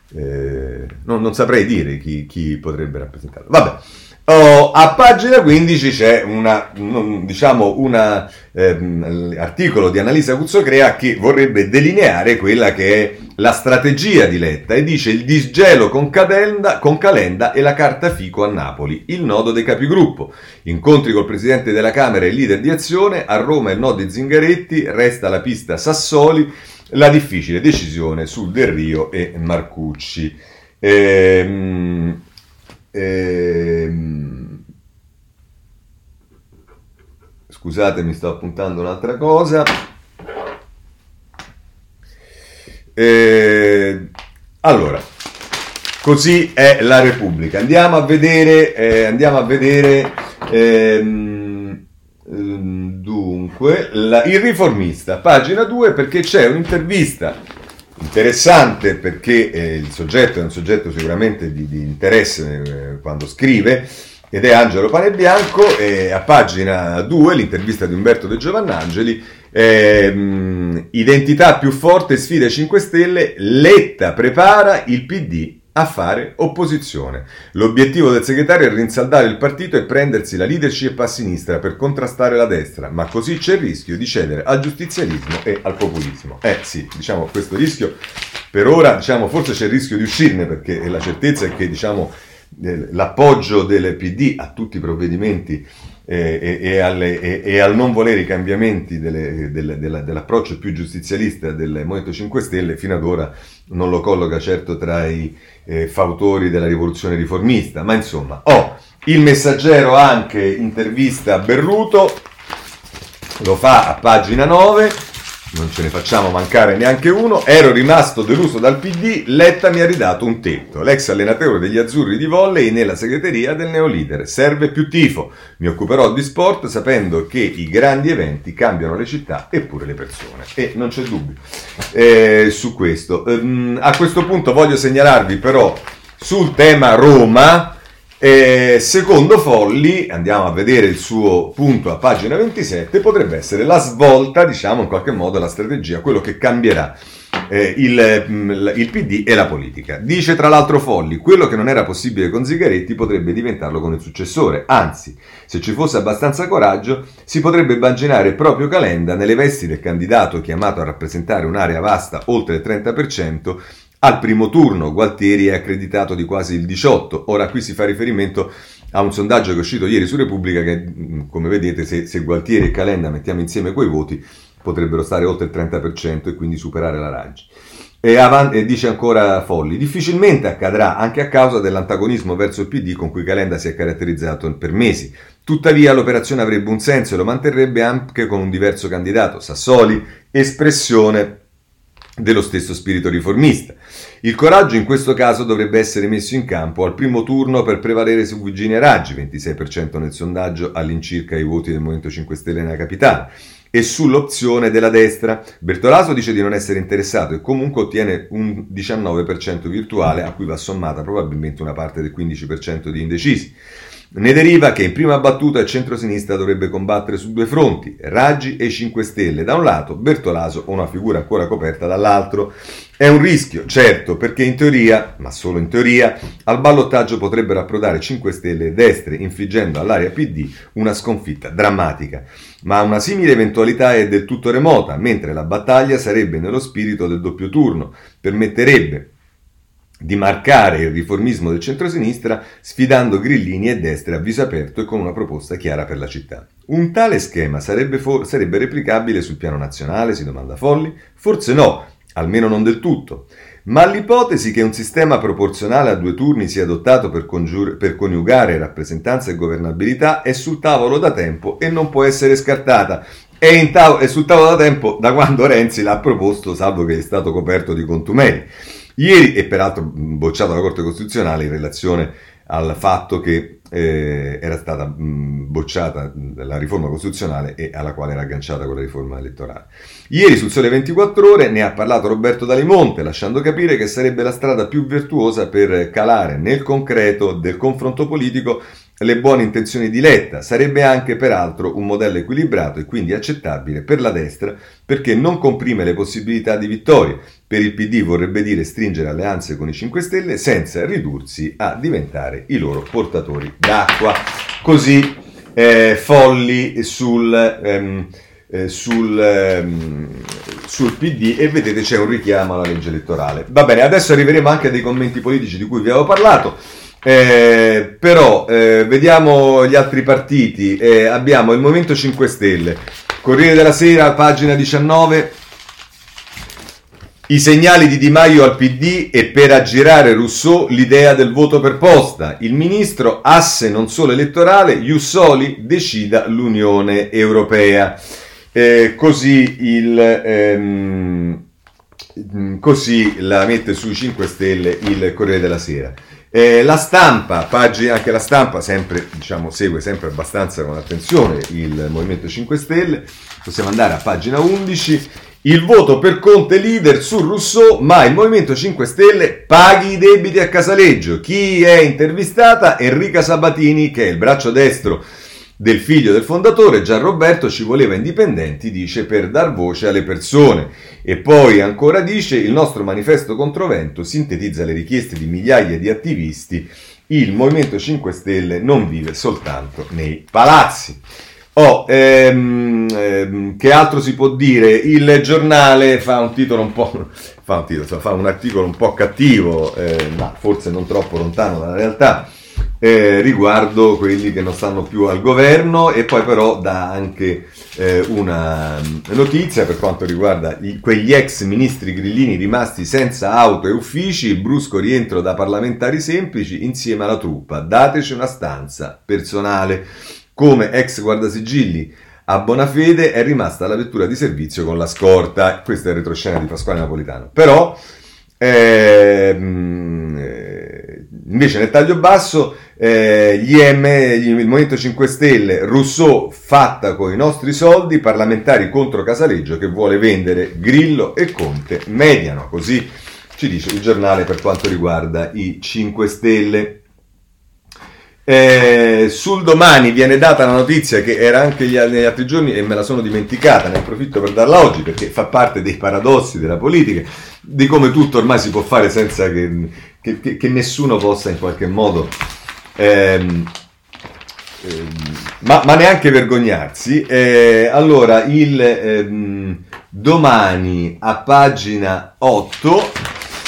eh, non, non saprei dire chi, chi potrebbe rappresentarlo. Vabbè. Oh, a pagina quindici c'è una, diciamo, una ehm, articolo di Annalisa Cuzzocrea che vorrebbe delineare quella che è la strategia di Letta e dice: il disgelo con Calenda, con Calenda e la carta Fico a Napoli, il nodo dei capigruppo, incontri col presidente della Camera e leader di Azione, a Roma il nodo di Zingaretti, resta la pista Sassoli, la difficile decisione su Del Rio e Marcucci. Ehm, ehm, scusate, mi sto appuntando un'altra cosa. Eh, allora, così è la Repubblica. Andiamo a vedere, eh, andiamo a vedere ehm, dunque, la, il Riformista, pagina due, perché c'è un'intervista interessante, perché eh, il soggetto è un soggetto sicuramente di, di interesse eh, quando scrive, ed è Angelo Panebianco, e a pagina due l'intervista di Umberto De Giovannangeli, eh, identità più forte, sfida cinque Stelle, Letta prepara il P D a fare opposizione. L'obiettivo del segretario è rinsaldare il partito e prendersi la leadership a sinistra per contrastare la destra, ma così c'è il rischio di cedere al giustizialismo e al populismo. Eh sì, diciamo, questo rischio per ora, diciamo, forse c'è il rischio di uscirne, perché la certezza è che, diciamo, l'appoggio del P D a tutti i provvedimenti eh, e, e, alle, e, e al non volere i cambiamenti delle, delle, della, dell'approccio più giustizialista del Movimento cinque Stelle fino ad ora non lo colloca certo tra i eh, fautori della rivoluzione riformista. Ma insomma, oh, il Messaggero anche intervista Berruto, lo fa a pagina nove, non ce ne facciamo mancare neanche uno. Ero rimasto deluso dal P D, Letta mi ha ridato un tetto. L'ex allenatore degli azzurri di volley nella segreteria del neoleader. Serve più tifo. Mi occuperò di sport sapendo che i grandi eventi cambiano le città e pure le persone. E non c'è dubbio eh, su questo. Ehm, a questo punto voglio segnalarvi però sul tema Roma. Eh, secondo Folli, andiamo a vedere il suo punto a pagina ventisette, potrebbe essere la svolta, diciamo in qualche modo la strategia, quello che cambierà eh, il, il P D e la politica. Dice tra l'altro Folli, quello che non era possibile con Zingaretti potrebbe diventarlo con il successore, anzi, se ci fosse abbastanza coraggio, si potrebbe immaginare proprio Calenda nelle vesti del candidato chiamato a rappresentare un'area vasta oltre il trenta per cento. Al primo turno Gualtieri è accreditato di quasi il diciotto. Ora qui si fa riferimento a un sondaggio che è uscito ieri su Repubblica che, come vedete, se, se Gualtieri e Calenda mettiamo insieme quei voti, potrebbero stare oltre il trenta per cento e quindi superare la Raggi. E, avanti, e dice ancora Folli, difficilmente accadrà anche a causa dell'antagonismo verso il P D con cui Calenda si è caratterizzato per mesi. Tuttavia l'operazione avrebbe un senso e lo manterrebbe anche con un diverso candidato, Sassoli, espressione dello stesso spirito riformista. Il coraggio in questo caso dovrebbe essere messo in campo al primo turno per prevalere su Virginia Raggi, ventisei per cento nel sondaggio, all'incirca i voti del Movimento cinque Stelle nella capitale, e sull'opzione della destra. Bertolaso dice di non essere interessato e comunque ottiene un diciannove per cento virtuale a cui va sommata probabilmente una parte del quindici per cento di indecisi. Ne deriva che in prima battuta il centro-sinistra dovrebbe combattere su due fronti, Raggi e cinque Stelle da un lato, Bertolaso o una figura ancora coperta dall'altro. È un rischio, certo, perché in teoria, ma solo in teoria, al ballottaggio potrebbero approdare cinque Stelle e destre, infliggendo all'area P D una sconfitta drammatica. Ma una simile eventualità è del tutto remota, mentre la battaglia sarebbe nello spirito del doppio turno, permetterebbe di marcare il riformismo del centrosinistra sfidando grillini e destre a viso aperto e con una proposta chiara per la città. Un tale schema sarebbe, for- sarebbe replicabile sul piano nazionale, si domanda Folli? Forse no, almeno non del tutto. Ma l'ipotesi che un sistema proporzionale a due turni sia adottato per, congiur- per coniugare rappresentanza e governabilità è sul tavolo da tempo e non può essere scartata. È, in tav- è sul tavolo da tempo da quando Renzi l'ha proposto, salvo che è stato coperto di contumeli. Ieri, e peraltro bocciato dalla Corte Costituzionale in relazione al fatto che eh, era stata mh, bocciata la riforma costituzionale e alla quale era agganciata quella riforma elettorale. Ieri sul Sole ventiquattro Ore ne ha parlato Roberto D'Alimonte, lasciando capire che sarebbe la strada più virtuosa per calare nel concreto del confronto politico le buone intenzioni di Letta. Sarebbe anche peraltro un modello equilibrato e quindi accettabile per la destra perché non comprime le possibilità di vittoria. Per il P D vorrebbe dire stringere alleanze con i cinque Stelle senza ridursi a diventare i loro portatori d'acqua. Così eh, Folli sul, ehm, eh, sul, ehm, sul P D, e vedete c'è un richiamo alla legge elettorale. Va bene, adesso arriveremo anche a dei commenti politici di cui vi avevo parlato. Eh, però eh, vediamo gli altri partiti. Eh, abbiamo il Movimento cinque Stelle, Corriere della Sera, pagina diciannove, i segnali di Di Maio al P D e per aggirare Rousseau l'idea del voto per posta. Il ministro, asse non solo elettorale, Jussoli decida l'Unione Europea. Eh, così il... Ehm, così la mette sui cinque Stelle il Corriere della Sera. Eh, la Stampa, pagina, anche la Stampa sempre, diciamo, segue sempre abbastanza con attenzione il Movimento cinque Stelle. Possiamo andare a pagina undici. Il voto per Conte leader su Rousseau, ma il Movimento cinque Stelle paghi i debiti a Casaleggio. Chi è intervistata? Enrica Sabatini, che è il braccio destro del figlio del fondatore. Gianroberto: ci voleva indipendenti, dice, per dar voce alle persone. E poi ancora dice: il nostro manifesto controvento sintetizza le richieste di migliaia di attivisti. Il Movimento cinque Stelle non vive soltanto nei palazzi. Oh, ehm, ehm, che altro si può dire? Il Giornale fa un titolo un po', fa un titolo, fa un articolo un po' cattivo, eh, ma forse non troppo lontano dalla realtà, eh, riguardo quelli che non stanno più al governo, e poi però dà anche eh, una notizia per quanto riguarda i, quegli ex ministri grillini rimasti senza auto e uffici. Il brusco rientro da parlamentari semplici insieme alla truppa. Dateci una stanza personale. Come ex guardasigilli a Bonafede è rimasta la vettura di servizio con la scorta. Questa è il retroscena di Pasquale Napolitano. Però ehm, eh, invece nel taglio basso eh, gli M, il Movimento cinque Stelle, Rousseau fatta con i nostri soldi, parlamentari contro Casaleggio che vuole vendere, Grillo e Conte mediano. Così ci dice il Giornale per quanto riguarda i cinque Stelle. Eh, sul Domani viene data la notizia che era anche gli, negli altri giorni e me la sono dimenticata, ne approfitto per darla oggi perché fa parte dei paradossi della politica, di come tutto ormai si può fare senza che, che, che, che nessuno possa in qualche modo ehm, ehm, ma, ma neanche vergognarsi. Eh, allora il ehm, Domani a pagina otto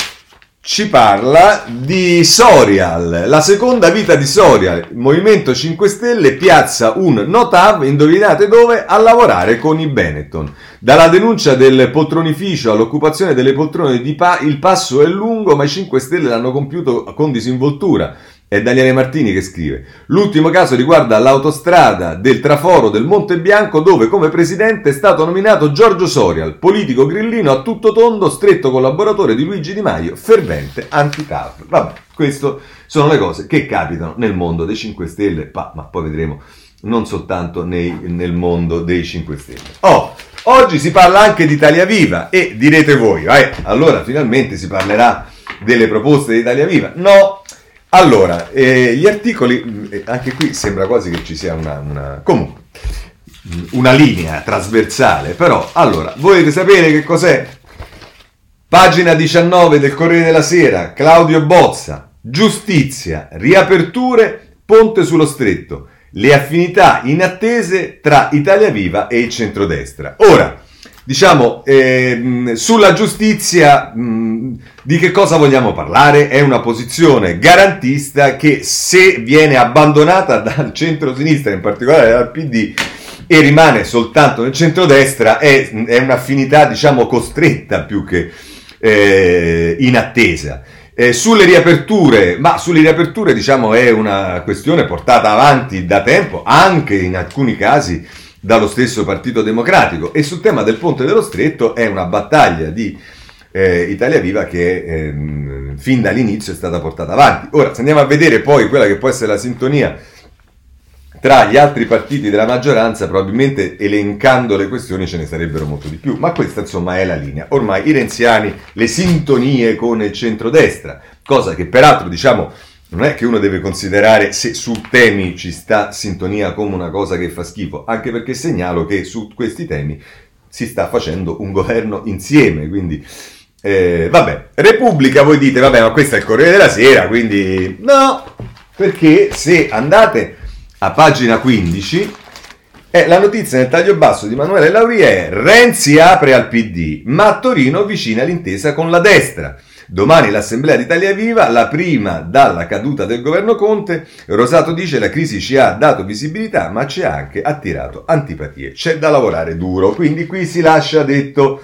ci parla di Sorial, la seconda vita di Sorial. Il Movimento cinque Stelle piazza un Notav, indovinate dove? A lavorare con i Benetton. Dalla denuncia del poltronificio all'occupazione delle poltrone di pa- il passo è lungo, ma i cinque Stelle l'hanno compiuto con disinvoltura. È Daniele Martini che scrive. L'ultimo caso riguarda l'autostrada del traforo del Monte Bianco, dove come presidente è stato nominato Giorgio Sorial, politico grillino a tutto tondo, stretto collaboratore di Luigi Di Maio, fervente anti-T A V. Vabbè, queste sono le cose che capitano nel mondo dei cinque Stelle, ma, ma poi vedremo non soltanto nei, nel mondo dei cinque Stelle. Oh, oggi si parla anche di Italia Viva e direte voi, eh, allora finalmente si parlerà delle proposte di Italia Viva. No! Allora, eh, gli articoli, eh, anche qui sembra quasi che ci sia una, una, comunque, una linea trasversale, però, allora, volete sapere che cos'è? Pagina diciannove del Corriere della Sera, Claudio Bozza, giustizia, riaperture, ponte sullo stretto, le affinità inattese tra Italia Viva e il centrodestra. Ora, diciamo, eh, sulla giustizia, mh, di che cosa vogliamo parlare? È una posizione garantista che, se viene abbandonata dal centro-sinistra, in particolare dal P D, e rimane soltanto nel centrodestra, è, è un'affinità, diciamo, costretta più che eh, inattesa. Eh, sulle riaperture, ma sulle riaperture, diciamo, è una questione portata avanti da tempo, anche in alcuni casi dallo stesso Partito Democratico, e sul tema del Ponte dello Stretto è una battaglia di eh, Italia Viva che ehm, fin dall'inizio è stata portata avanti. Ora, se andiamo a vedere poi quella che può essere la sintonia tra gli altri partiti della maggioranza, probabilmente elencando le questioni ce ne sarebbero molto di più, ma questa insomma è la linea. Ormai i renziani, le sintonie con il centrodestra, cosa che peraltro, diciamo, non è che uno deve considerare se su temi ci sta sintonia come una cosa che fa schifo, anche perché segnalo che su questi temi si sta facendo un governo insieme, quindi eh, vabbè. Repubblica, voi dite, vabbè, ma questo è il Corriere della Sera, quindi no, perché se andate a pagina quindici, eh, la notizia nel taglio basso di Emanuele Lauria è: Renzi apre al P D, ma a Torino vicina l'intesa con la destra. Domani l'Assemblea di Italia Viva, la prima dalla caduta del governo Conte. Rosato dice: la crisi ci ha dato visibilità, ma ci ha anche attirato antipatie. C'è da lavorare duro. Quindi qui si lascia detto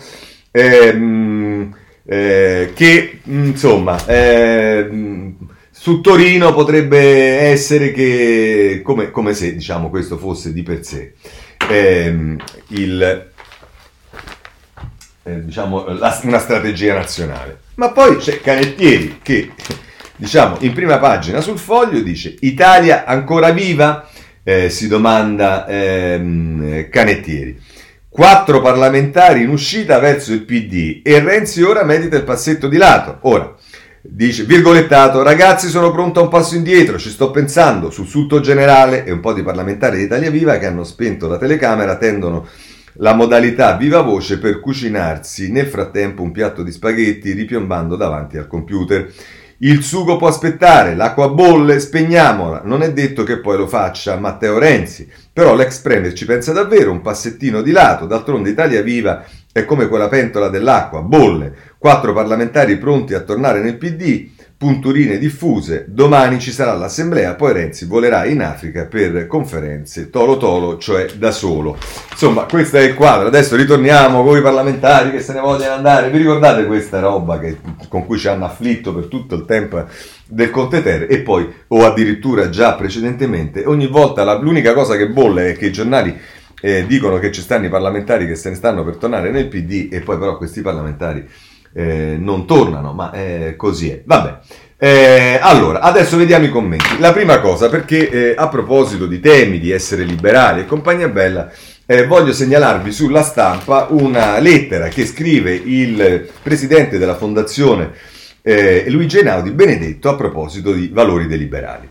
ehm, eh, che, insomma, ehm, su Torino potrebbe essere che, come, come se, diciamo, questo fosse di per sé ehm, il... eh, diciamo, la, una strategia nazionale. Ma poi c'è Canettieri che, diciamo, in prima pagina sul Foglio dice: Italia ancora viva? Eh, si domanda ehm, Canettieri. Quattro parlamentari in uscita verso il P D e Renzi ora medita il passetto di lato. Ora, dice, virgolettato, ragazzi sono pronto a un passo indietro, ci sto pensando, sussulto generale, e un po' di parlamentari di Italia Viva che hanno spento la telecamera tendono la modalità viva voce per cucinarsi nel frattempo un piatto di spaghetti ripiombando davanti al computer. Il sugo può aspettare, l'acqua bolle, spegniamola. Non è detto che poi lo faccia Matteo Renzi, però l'ex premier ci pensa davvero, un passettino di lato, d'altronde Italia Viva è come quella pentola dell'acqua, bolle, quattro parlamentari pronti a tornare nel P D, punturine diffuse, domani ci sarà l'assemblea, poi Renzi volerà in Africa per conferenze tolo tolo, cioè da solo. Insomma, questo è il quadro. Adesso ritorniamo con i parlamentari che se ne vogliono andare. Vi ricordate questa roba che, con cui ci hanno afflitto per tutto il tempo del Conte Ter? E poi, o addirittura già precedentemente, ogni volta la, l'unica cosa che bolle è che i giornali eh, dicono che ci stanno i parlamentari che se ne stanno per tornare nel P D e poi però questi parlamentari Eh, non tornano, ma eh, così è. Vabbè. Eh, allora, adesso vediamo i commenti. La prima cosa, perché eh, a proposito di temi, di essere liberali e compagnia bella, eh, voglio segnalarvi sulla Stampa una lettera che scrive il presidente della fondazione eh, Luigi Einaudi Benedetto a proposito di valori dei liberali.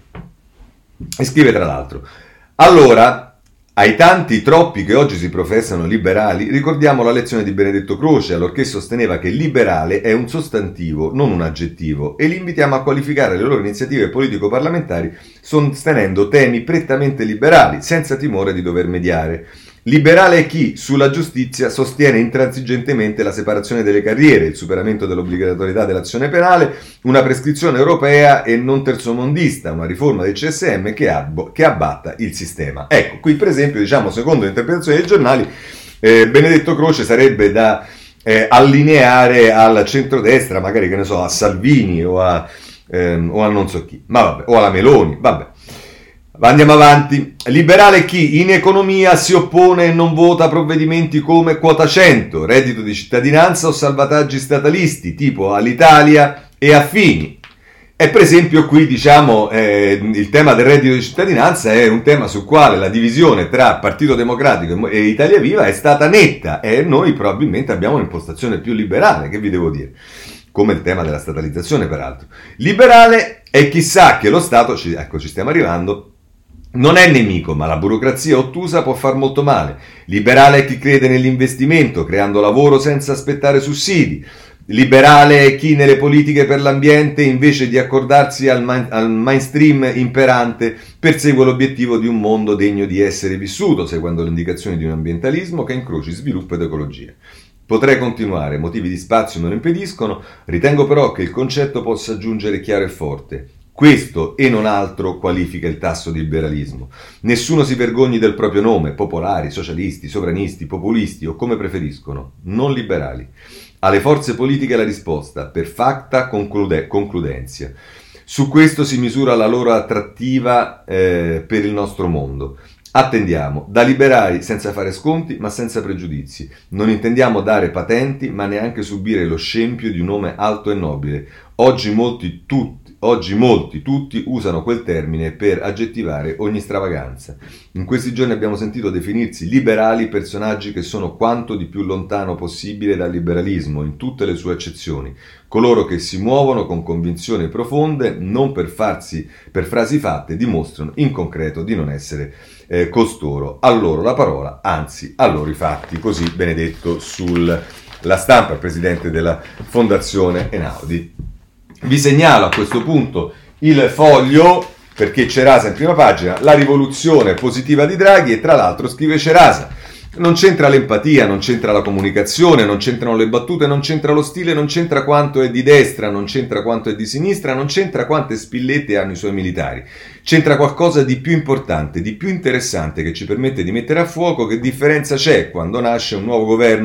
E scrive tra l'altro: allora, ai tanti troppi che oggi si professano liberali, ricordiamo la lezione di Benedetto Croce, allorché sosteneva che liberale è un sostantivo, non un aggettivo, e li invitiamo a qualificare le loro iniziative politico-parlamentari sostenendo temi prettamente liberali, senza timore di dover mediare. Liberale è chi, sulla giustizia, sostiene intransigentemente la separazione delle carriere, il superamento dell'obbligatorietà dell'azione penale, una prescrizione europea e non terzomondista, una riforma del C S M che, abbo- che abbatta il sistema. Ecco, qui per esempio, diciamo, secondo l'interpretazione dei giornali, eh, Benedetto Croce sarebbe da eh, allineare al centrodestra, magari, che ne so, a Salvini o a, ehm, o a non so chi, ma vabbè, o alla Meloni, vabbè. Andiamo avanti. Liberale è chi in economia si oppone e non vota provvedimenti come quota cento, reddito di cittadinanza o salvataggi statalisti tipo all'Italia e affini. E per esempio qui diciamo eh, il tema del reddito di cittadinanza è un tema sul quale la divisione tra Partito Democratico e Italia Viva è stata netta e noi probabilmente abbiamo un'impostazione più liberale, che vi devo dire, come il tema della statalizzazione peraltro. Liberale è chi sa che lo Stato, ci, ecco ci stiamo arrivando, non è nemico, ma la burocrazia ottusa può far molto male. Liberale è chi crede nell'investimento, creando lavoro senza aspettare sussidi. Liberale è chi nelle politiche per l'ambiente, invece di accordarsi al, main- al mainstream imperante, persegue l'obiettivo di un mondo degno di essere vissuto, seguendo le indicazioni di un ambientalismo che incroci sviluppo ed ecologia. Potrei continuare, motivi di spazio me lo impediscono, ritengo però che il concetto possa giungere chiaro e forte. Questo e non altro qualifica il tasso di liberalismo. Nessuno si vergogni del proprio nome, popolari, socialisti, sovranisti, populisti o come preferiscono, non liberali. Alle forze politiche la risposta, per facta conclude- concludenzia. Su questo si misura la loro attrattiva eh, per il nostro mondo. Attendiamo, da liberali senza fare sconti ma senza pregiudizi. Non intendiamo dare patenti ma neanche subire lo scempio di un nome alto e nobile. Oggi molti tutti Oggi molti, tutti, usano quel termine per aggettivare ogni stravaganza. In questi giorni abbiamo sentito definirsi liberali personaggi che sono quanto di più lontano possibile dal liberalismo, in tutte le sue accezioni. Coloro che si muovono con convinzioni profonde, non per, farsi, per frasi fatte, dimostrano in concreto di non essere eh, costoro. A loro la parola, anzi a loro i fatti. Così Benedetto sulla Stampa, il presidente della Fondazione Einaudi. Vi segnalo a questo punto il Foglio, perché Cerasa in prima pagina, la rivoluzione positiva di Draghi, e tra l'altro scrive Cerasa, non c'entra l'empatia, non c'entra la comunicazione, non c'entrano le battute, non c'entra lo stile, non c'entra quanto è di destra, non c'entra quanto è di sinistra, non c'entra quante spillette hanno i suoi militari. C'entra qualcosa di più importante, di più interessante, che ci permette di mettere a fuoco che differenza c'è quando nasce un nuovo governo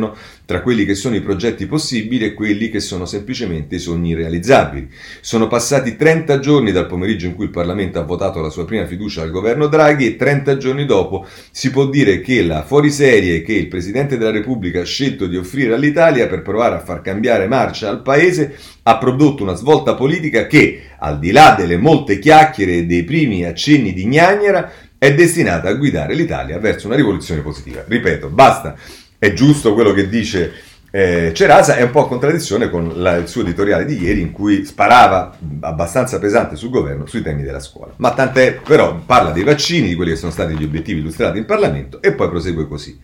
tra quelli che sono i progetti possibili e quelli che sono semplicemente i sogni irrealizzabili. Sono passati trenta giorni dal pomeriggio in cui il Parlamento ha votato la sua prima fiducia al governo Draghi e trenta giorni dopo si può dire che la fuoriserie che il Presidente della Repubblica ha scelto di offrire all'Italia per provare a far cambiare marcia al Paese ha prodotto una svolta politica che, al di là delle molte chiacchiere e dei primi accenni di gnagnera, è destinata a guidare l'Italia verso una rivoluzione positiva. Ripeto, basta, è giusto quello che dice eh, Cerasa, è un po' in contraddizione con la, il suo editoriale di ieri in cui sparava abbastanza pesante sul governo sui temi della scuola. Ma tant'è, però parla dei vaccini, di quelli che sono stati gli obiettivi illustrati in Parlamento e poi prosegue così.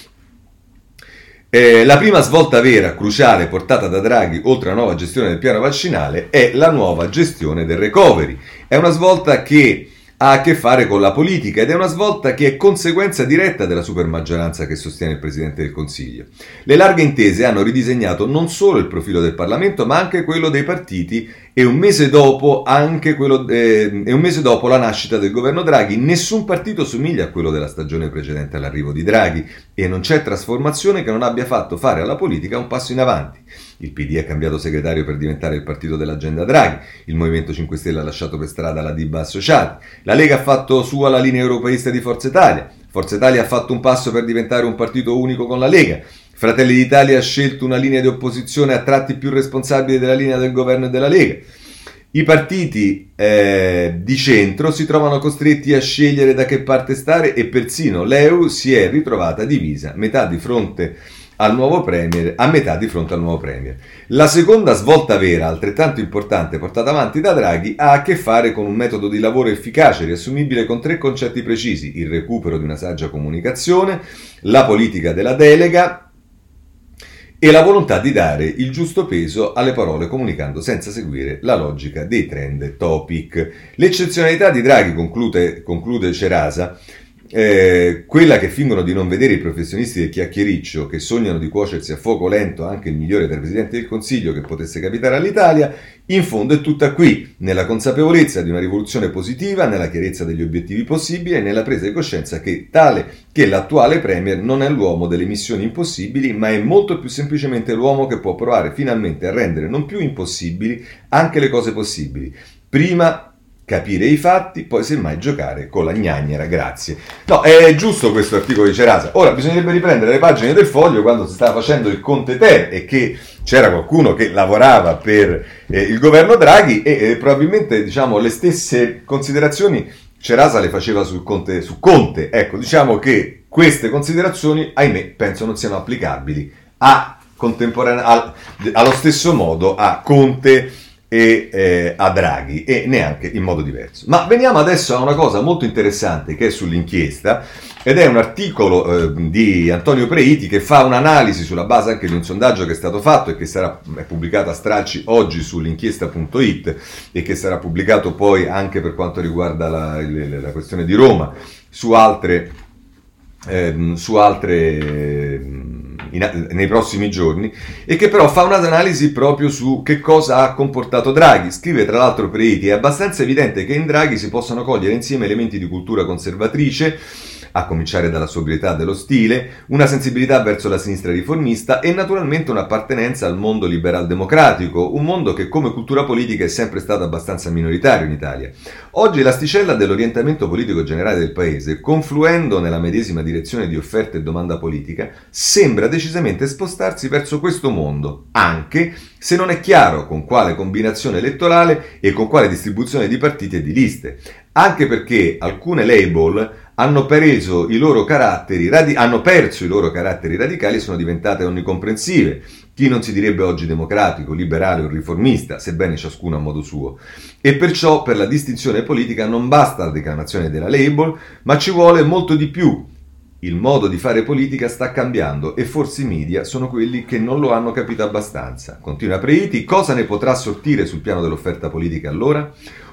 Eh, la prima svolta vera, cruciale, portata da Draghi, oltre alla nuova gestione del piano vaccinale, è la nuova gestione del recovery. È una svolta che ha a che fare con la politica ed è una svolta che è conseguenza diretta della supermaggioranza che sostiene il Presidente del Consiglio. Le larghe intese hanno ridisegnato non solo il profilo del Parlamento ma anche quello dei partiti e un mese dopo, anche quello, eh, e un mese dopo la nascita del governo Draghi nessun partito somiglia a quello della stagione precedente all'arrivo di Draghi e non c'è trasformazione che non abbia fatto fare alla politica un passo in avanti. Il P D ha cambiato segretario per diventare il partito dell'agenda Draghi, il Movimento cinque Stelle ha lasciato per strada la D I B associati, la Lega ha fatto sua la linea europeista di Forza Italia, Forza Italia ha fatto un passo per diventare un partito unico con la Lega, Fratelli d'Italia ha scelto una linea di opposizione a tratti più responsabile della linea del governo e della Lega. I partiti eh, di centro si trovano costretti a scegliere da che parte stare e persino l'E U si è ritrovata divisa, metà di fronte al nuovo premier, a metà di fronte al nuovo premier. La seconda svolta vera, altrettanto importante, portata avanti da Draghi, ha a che fare con un metodo di lavoro efficace, riassumibile con tre concetti precisi: il recupero di una saggia comunicazione, la politica della delega e la volontà di dare il giusto peso alle parole comunicando senza seguire la logica dei trend topic. L'eccezionalità di Draghi, conclude, conclude Cerasa, Eh, quella che fingono di non vedere i professionisti del chiacchiericcio che sognano di cuocersi a fuoco lento anche il migliore tra i Presidenti del Consiglio che potesse capitare all'Italia, in fondo è tutta qui, nella consapevolezza di una rivoluzione positiva, nella chiarezza degli obiettivi possibili e nella presa di coscienza che tale che l'attuale Premier non è l'uomo delle missioni impossibili, ma è molto più semplicemente l'uomo che può provare finalmente a rendere non più impossibili anche le cose possibili. Prima capire i fatti, poi semmai giocare con la gnagnera, grazie. No, è giusto questo articolo di Cerasa. Ora, bisognerebbe riprendere le pagine del Foglio quando si stava facendo il Conte Ter e che c'era qualcuno che lavorava per eh, il governo Draghi e eh, probabilmente, diciamo, le stesse considerazioni Cerasa le faceva sul Conte, su Conte. Ecco, diciamo che queste considerazioni, ahimè, penso non siano applicabili a contemporane- al, allo stesso modo a Conte e eh, a Draghi e neanche in modo diverso. Ma veniamo adesso a una cosa molto interessante che è sull'inchiesta ed è un articolo eh, di Antonio Preiti che fa un'analisi sulla base anche di un sondaggio che è stato fatto e che sarà è pubblicato a stralci oggi sull'inchiesta punto it e che sarà pubblicato poi anche per quanto riguarda la, la, la questione di Roma su altre eh, su altre eh, In, nei prossimi giorni e che però fa un'analisi proprio su che cosa ha comportato Draghi. Scrive tra l'altro Preiti: è abbastanza evidente che in Draghi si possano cogliere insieme elementi di cultura conservatrice, a cominciare dalla sobrietà dello stile, una sensibilità verso la sinistra riformista e naturalmente un'appartenenza al mondo liberal-democratico, un mondo che come cultura politica è sempre stato abbastanza minoritario in Italia. Oggi l'asticella dell'orientamento politico generale del Paese, confluendo nella medesima direzione di offerta e domanda politica, sembra decisamente spostarsi verso questo mondo, anche se non è chiaro con quale combinazione elettorale e con quale distribuzione di partiti e di liste, anche perché alcune label hanno preso i loro caratteri radi- hanno perso i loro caratteri radicali e sono diventate onnicomprensive. Chi non si direbbe oggi democratico, liberale o riformista, sebbene ciascuno a modo suo. E perciò per la distinzione politica non basta la declamazione della label, ma ci vuole molto di più. Il modo di fare politica sta cambiando e forse i media sono quelli che non lo hanno capito abbastanza. Continua Preiti: cosa ne potrà sortire sul piano dell'offerta politica allora?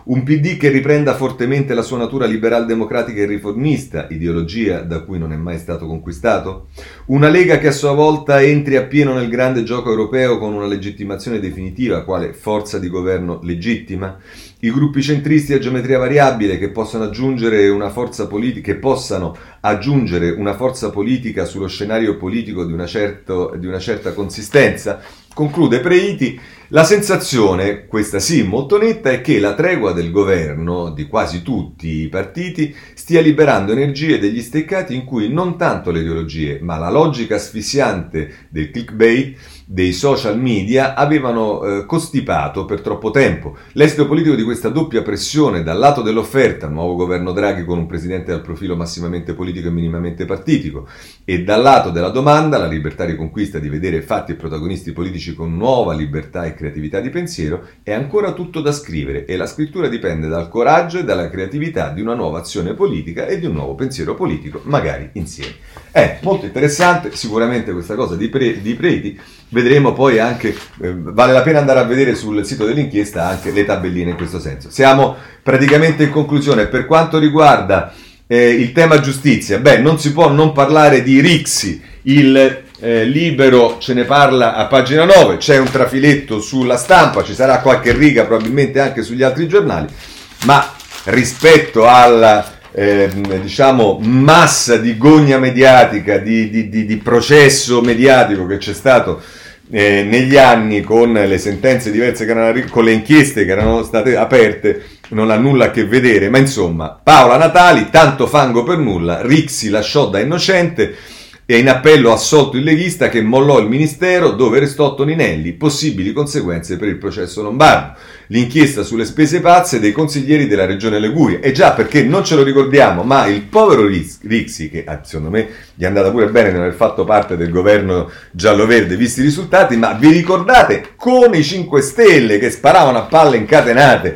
Un P D che riprenda fortemente la sua natura liberal-democratica e riformista, ideologia da cui non è mai stato conquistato? Una Lega che a sua volta entri appieno nel grande gioco europeo con una legittimazione definitiva, quale forza di governo legittima? I gruppi centristi a geometria variabile che possano aggiungere una forza politica, che possano aggiungere una forza politica sullo scenario politico di una, certo, di una certa consistenza? Conclude Preiti, la sensazione, questa sì molto netta, è che la tregua del governo, di quasi tutti i partiti, stia liberando energie degli steccati in cui non tanto le ideologie, ma la logica asfissiante del clickbait, dei social media, avevano eh, costipato per troppo tempo. L'esito politico di questa doppia pressione dal lato dell'offerta, nuovo governo Draghi con un presidente dal profilo massimamente politico e minimamente partitico, e dal lato della domanda, la libertà riconquista di vedere fatti e protagonisti politici con nuova libertà e creatività di pensiero, è ancora tutto da scrivere e la scrittura dipende dal coraggio e dalla creatività di una nuova azione politica e di un nuovo pensiero politico, magari insieme. È molto interessante sicuramente questa cosa di, Pre- di Preti. Vedremo poi anche, eh, vale la pena andare a vedere sul sito dell'inchiesta anche le tabelline in questo senso. Siamo praticamente in conclusione. Per quanto riguarda eh, il tema giustizia, beh, non si può non parlare di Rixi, il eh, Libero ce ne parla a pagina nove, c'è un trafiletto sulla Stampa, ci sarà qualche riga probabilmente anche sugli altri giornali, ma rispetto alla Eh, diciamo massa di gogna mediatica, di, di, di, di processo mediatico che c'è stato eh, negli anni con le sentenze diverse che erano, con le inchieste che erano state aperte, non ha nulla a che vedere, ma insomma Paola Natali, tanto fango per nulla, Rixi lasciò da innocente e in appello ha assolto il leghista che mollò il ministero dove restò Toninelli, possibili conseguenze per il processo lombardo. L'inchiesta sulle spese pazze dei consiglieri della regione Liguria. E già, perché non ce lo ricordiamo, ma il povero Rixi, che secondo me gli è andata pure bene di aver fatto parte del governo giallo-verde, visti i risultati, ma vi ricordate con i cinque Stelle che sparavano a palle incatenate,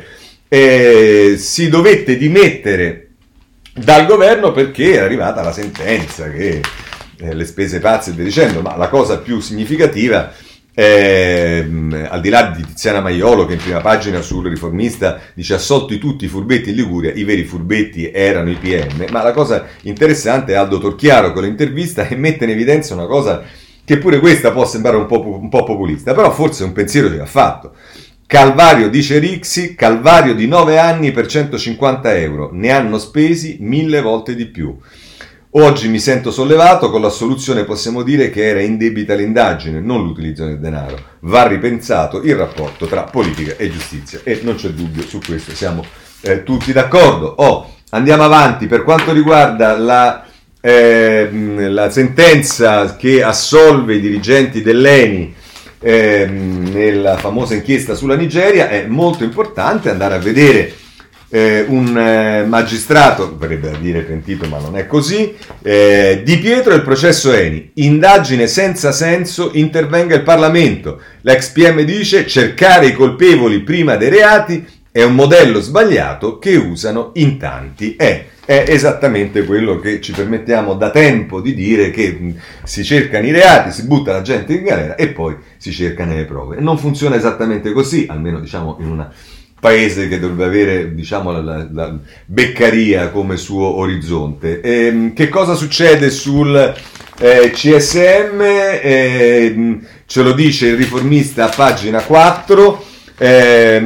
eh, si dovette dimettere dal governo perché è arrivata la sentenza che eh, le spese pazze e via dicendo, ma la cosa più significativa Eh, al di là di Tiziana Maiolo che in prima pagina sul Riformista dice assolti tutti i furbetti in Liguria, i veri furbetti erano i P M, ma la cosa interessante è Aldo Torchiaro con l'intervista e mette in evidenza una cosa che pure questa può sembrare un po', un po' populista, però forse è un pensiero che ha fatto. Calvario, dice Rixi, calvario di nove anni per centocinquanta euro, ne hanno spesi mille volte di più. Oggi mi sento sollevato, con l'assoluzione possiamo dire che era indebita l'indagine, non l'utilizzo del denaro. Va ripensato il rapporto tra politica e giustizia e non c'è dubbio, su questo siamo eh, tutti d'accordo. Oh, andiamo avanti, per quanto riguarda la, eh, la sentenza che assolve i dirigenti dell'Eni eh, nella famosa inchiesta sulla Nigeria, è molto importante andare a vedere Eh, un eh, magistrato, verrebbe da dire pentito ma non è così, eh, Di Pietro e il processo Eni, indagine senza senso, intervenga il Parlamento, l'ex P M dice cercare i colpevoli prima dei reati è un modello sbagliato che usano in tanti, è, è esattamente quello che ci permettiamo da tempo di dire, che mh, si cercano i reati, si butta la gente in galera e poi si cercano le prove. Non funziona esattamente così, almeno diciamo in una paese che dovrebbe avere, diciamo, la, la, la Beccaria come suo orizzonte. E, che cosa succede sul eh, C S M? Eh, ce lo dice il Riformista a pagina quattro. Eh,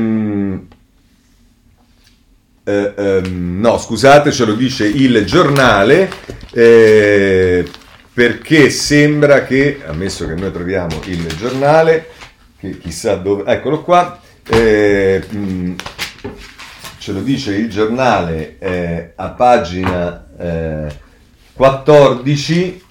eh, eh, no, scusate, ce lo dice il Giornale, eh, perché sembra che, ammesso che noi troviamo il Giornale, che chissà dove, eccolo qua, Eh, mh, ce lo dice il Giornale eh, a pagina eh, quattordici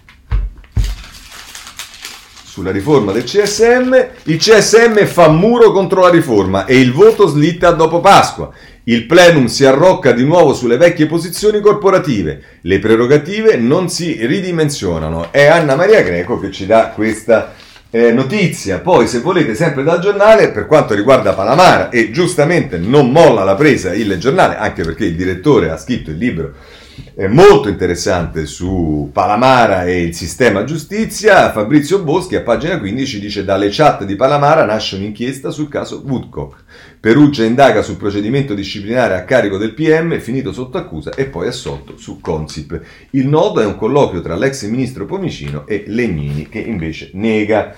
sulla riforma del C S M. Il C S M fa muro contro la riforma e il voto slitta dopo Pasqua. Il plenum si arrocca di nuovo sulle vecchie posizioni corporative, le prerogative non si ridimensionano. È Anna Maria Greco che ci dà questa Eh, notizia. Poi, se volete, sempre dal Giornale, per quanto riguarda Palamara, e giustamente non molla la presa il Giornale, anche perché il direttore ha scritto il libro eh, molto interessante su Palamara e il sistema giustizia. Fabrizio Boschi a pagina quindici dice: dalle chat di Palamara nasce un'inchiesta sul caso Woodcock. Perugia indaga sul procedimento disciplinare a carico del P M, finito sotto accusa e poi assolto su Consip. Il nodo è un colloquio tra l'ex ministro Pomicino e Legnini, che invece nega.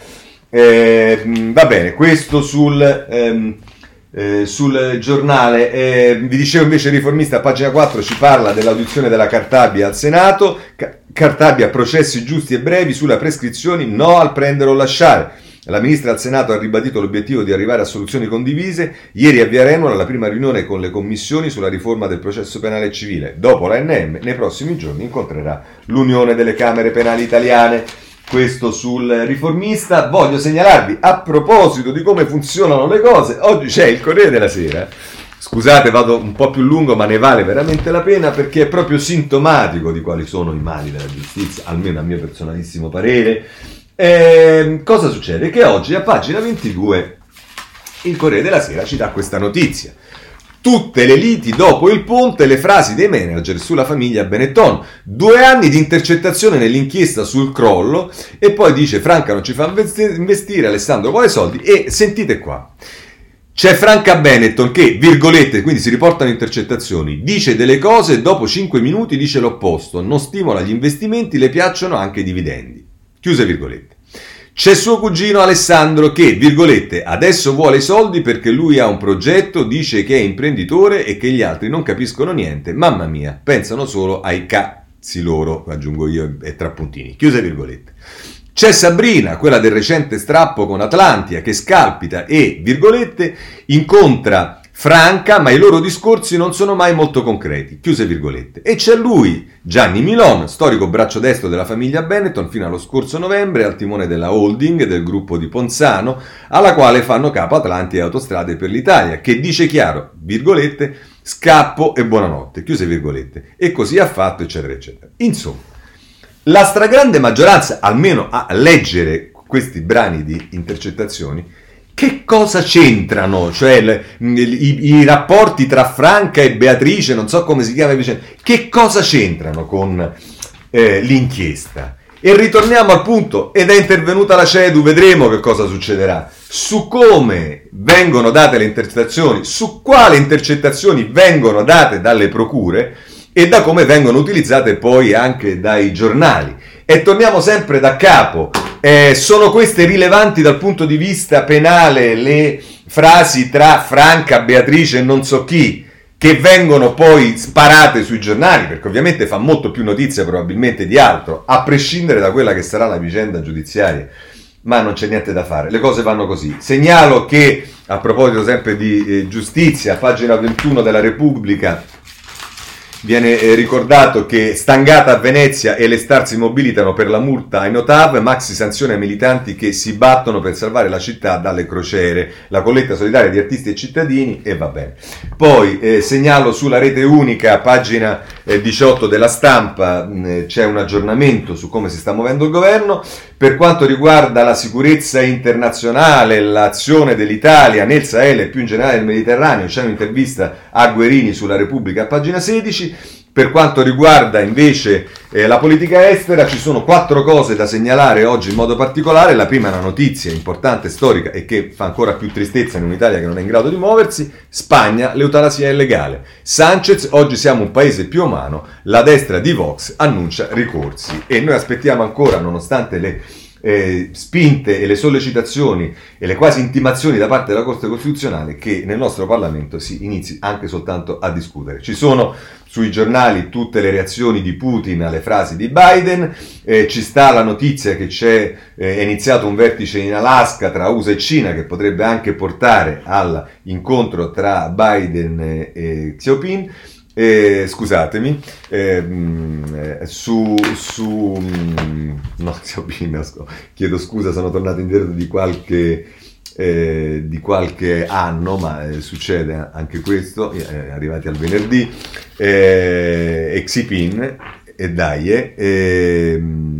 Eh, va bene, questo sul... Ehm, Eh, sul giornale. Eh, vi dicevo invece il Riformista a pagina quattro ci parla dell'audizione della Cartabia al Senato. Ca- Cartabia, processi giusti e brevi sulla prescrizioni, no al prendere o lasciare. La ministra al Senato ha ribadito l'obiettivo di arrivare a soluzioni condivise. Ieri a Via Arenula la prima riunione con le commissioni sulla riforma del processo penale e civile. Dopo l'A N M nei prossimi giorni incontrerà l'Unione delle Camere Penali Italiane. Questo sul Riformista. Voglio segnalarvi, a proposito di come funzionano le cose, oggi c'è il Corriere della Sera. Scusate, vado un po' più lungo, ma ne vale veramente la pena, perché è proprio sintomatico di quali sono i mali della giustizia, almeno a mio personalissimo parere. E cosa succede? Che oggi a pagina ventidue il Corriere della Sera ci dà questa notizia. Tutte le liti dopo il ponte, le frasi dei manager sulla famiglia Benetton. Due anni di intercettazione nell'inchiesta sul crollo e poi dice Franca non ci fa investire, Alessandro vuole soldi e sentite qua. C'è Franca Benetton che, virgolette, quindi si riportano intercettazioni, dice delle cose e dopo cinque minuti dice l'opposto, non stimola gli investimenti, le piacciono anche i dividendi. Chiuse virgolette. C'è suo cugino Alessandro che, virgolette, adesso vuole i soldi perché lui ha un progetto, dice che è imprenditore e che gli altri non capiscono niente. Mamma mia, pensano solo ai cazzi loro, aggiungo io e tra puntini. Chiuse virgolette. C'è Sabrina, quella del recente strappo con Atlantia, che scalpita e, virgolette, incontra Franca, ma i loro discorsi non sono mai molto concreti, chiuse virgolette. E c'è lui, Gianni Milon, storico braccio destro della famiglia Benetton fino allo scorso novembre, al timone della holding del gruppo di Ponzano, alla quale fanno capo Atlantia e Autostrade per l'Italia, che dice chiaro, virgolette, scappo e buonanotte, chiuse virgolette. E così ha fatto, eccetera, eccetera. Insomma, la stragrande maggioranza, almeno a leggere questi brani di intercettazioni, che cosa c'entrano? Cioè il, i, i rapporti tra Franca e Beatrice, non so come si chiama, che cosa c'entrano con eh, l'inchiesta? E ritorniamo al punto, ed è intervenuta la CEDU, vedremo che cosa succederà, su come vengono date le intercettazioni, su quali intercettazioni vengono date dalle procure e da come vengono utilizzate poi anche dai giornali. E torniamo sempre da capo. Eh, sono queste rilevanti dal punto di vista penale le frasi tra Franca, Beatrice e non so chi, che vengono poi sparate sui giornali, perché ovviamente fa molto più notizia probabilmente di altro, a prescindere da quella che sarà la vicenda giudiziaria. Ma non c'è niente da fare, le cose vanno così. Segnalo che, a proposito sempre di eh, giustizia, pagina ventuno della Repubblica, viene eh, ricordato che stangata a Venezia e le star si mobilitano per la multa ai Notav, maxi sanzione ai militanti che si battono per salvare la città dalle crociere, la colletta solidarietà di artisti e cittadini e va bene. Poi eh, segnalo sulla rete unica, pagina eh, diciotto della Stampa, mh, c'è un aggiornamento su come si sta muovendo il governo. Per quanto riguarda la sicurezza internazionale, l'azione dell'Italia nel Sahel e più in generale nel Mediterraneo, c'è un'intervista a Guerini sulla Repubblica a pagina sedici. Per quanto riguarda invece eh, la politica estera, ci sono quattro cose da segnalare oggi in modo particolare. La prima è una notizia importante, storica e che fa ancora più tristezza in un'Italia che non è in grado di muoversi. Spagna, l'eutanasia è illegale. Sanchez, oggi siamo un paese più umano, la destra di Vox annuncia ricorsi e noi aspettiamo ancora, nonostante le Eh, spinte e le sollecitazioni e le quasi intimazioni da parte della Corte Costituzionale, che nel nostro Parlamento si inizi anche soltanto a discutere. Ci sono sui giornali tutte le reazioni di Putin alle frasi di Biden, eh, ci sta la notizia che c'è eh, è iniziato un vertice in Alaska tra U S A e Cina che potrebbe anche portare all'incontro tra Biden e, e Xi Jinping. Eh, scusatemi, eh, su, su no, chiedo scusa, sono tornato indietro di qualche, eh, di qualche anno, ma eh, succede anche questo, eh, arrivati al venerdì, eh, e Xi Jinping e dai, eh,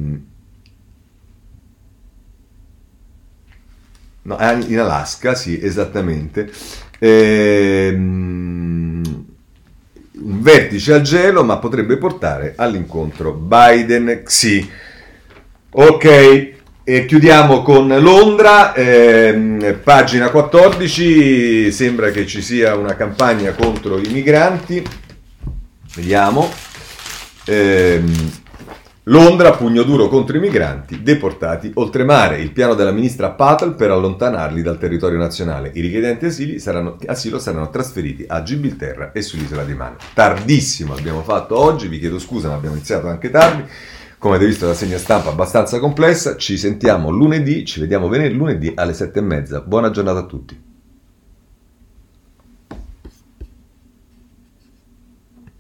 no, in Alaska, sì, esattamente. Eh, un vertice al gelo, ma potrebbe portare all'incontro Biden-Xi. Ok, e chiudiamo con Londra, ehm, pagina quattordici, sembra che ci sia una campagna contro i migranti, vediamo, ehm, Londra, pugno duro contro i migranti deportati oltremare, il piano della ministra Patel per allontanarli dal territorio nazionale, i richiedenti asili saranno, asilo saranno trasferiti a Gibilterra e sull'isola di Man. Tardissimo abbiamo fatto oggi, vi chiedo scusa ma abbiamo iniziato anche tardi, come avete visto la segna stampa abbastanza complessa, ci sentiamo lunedì, ci vediamo venerdì lunedì alle sette e mezza, buona giornata a tutti.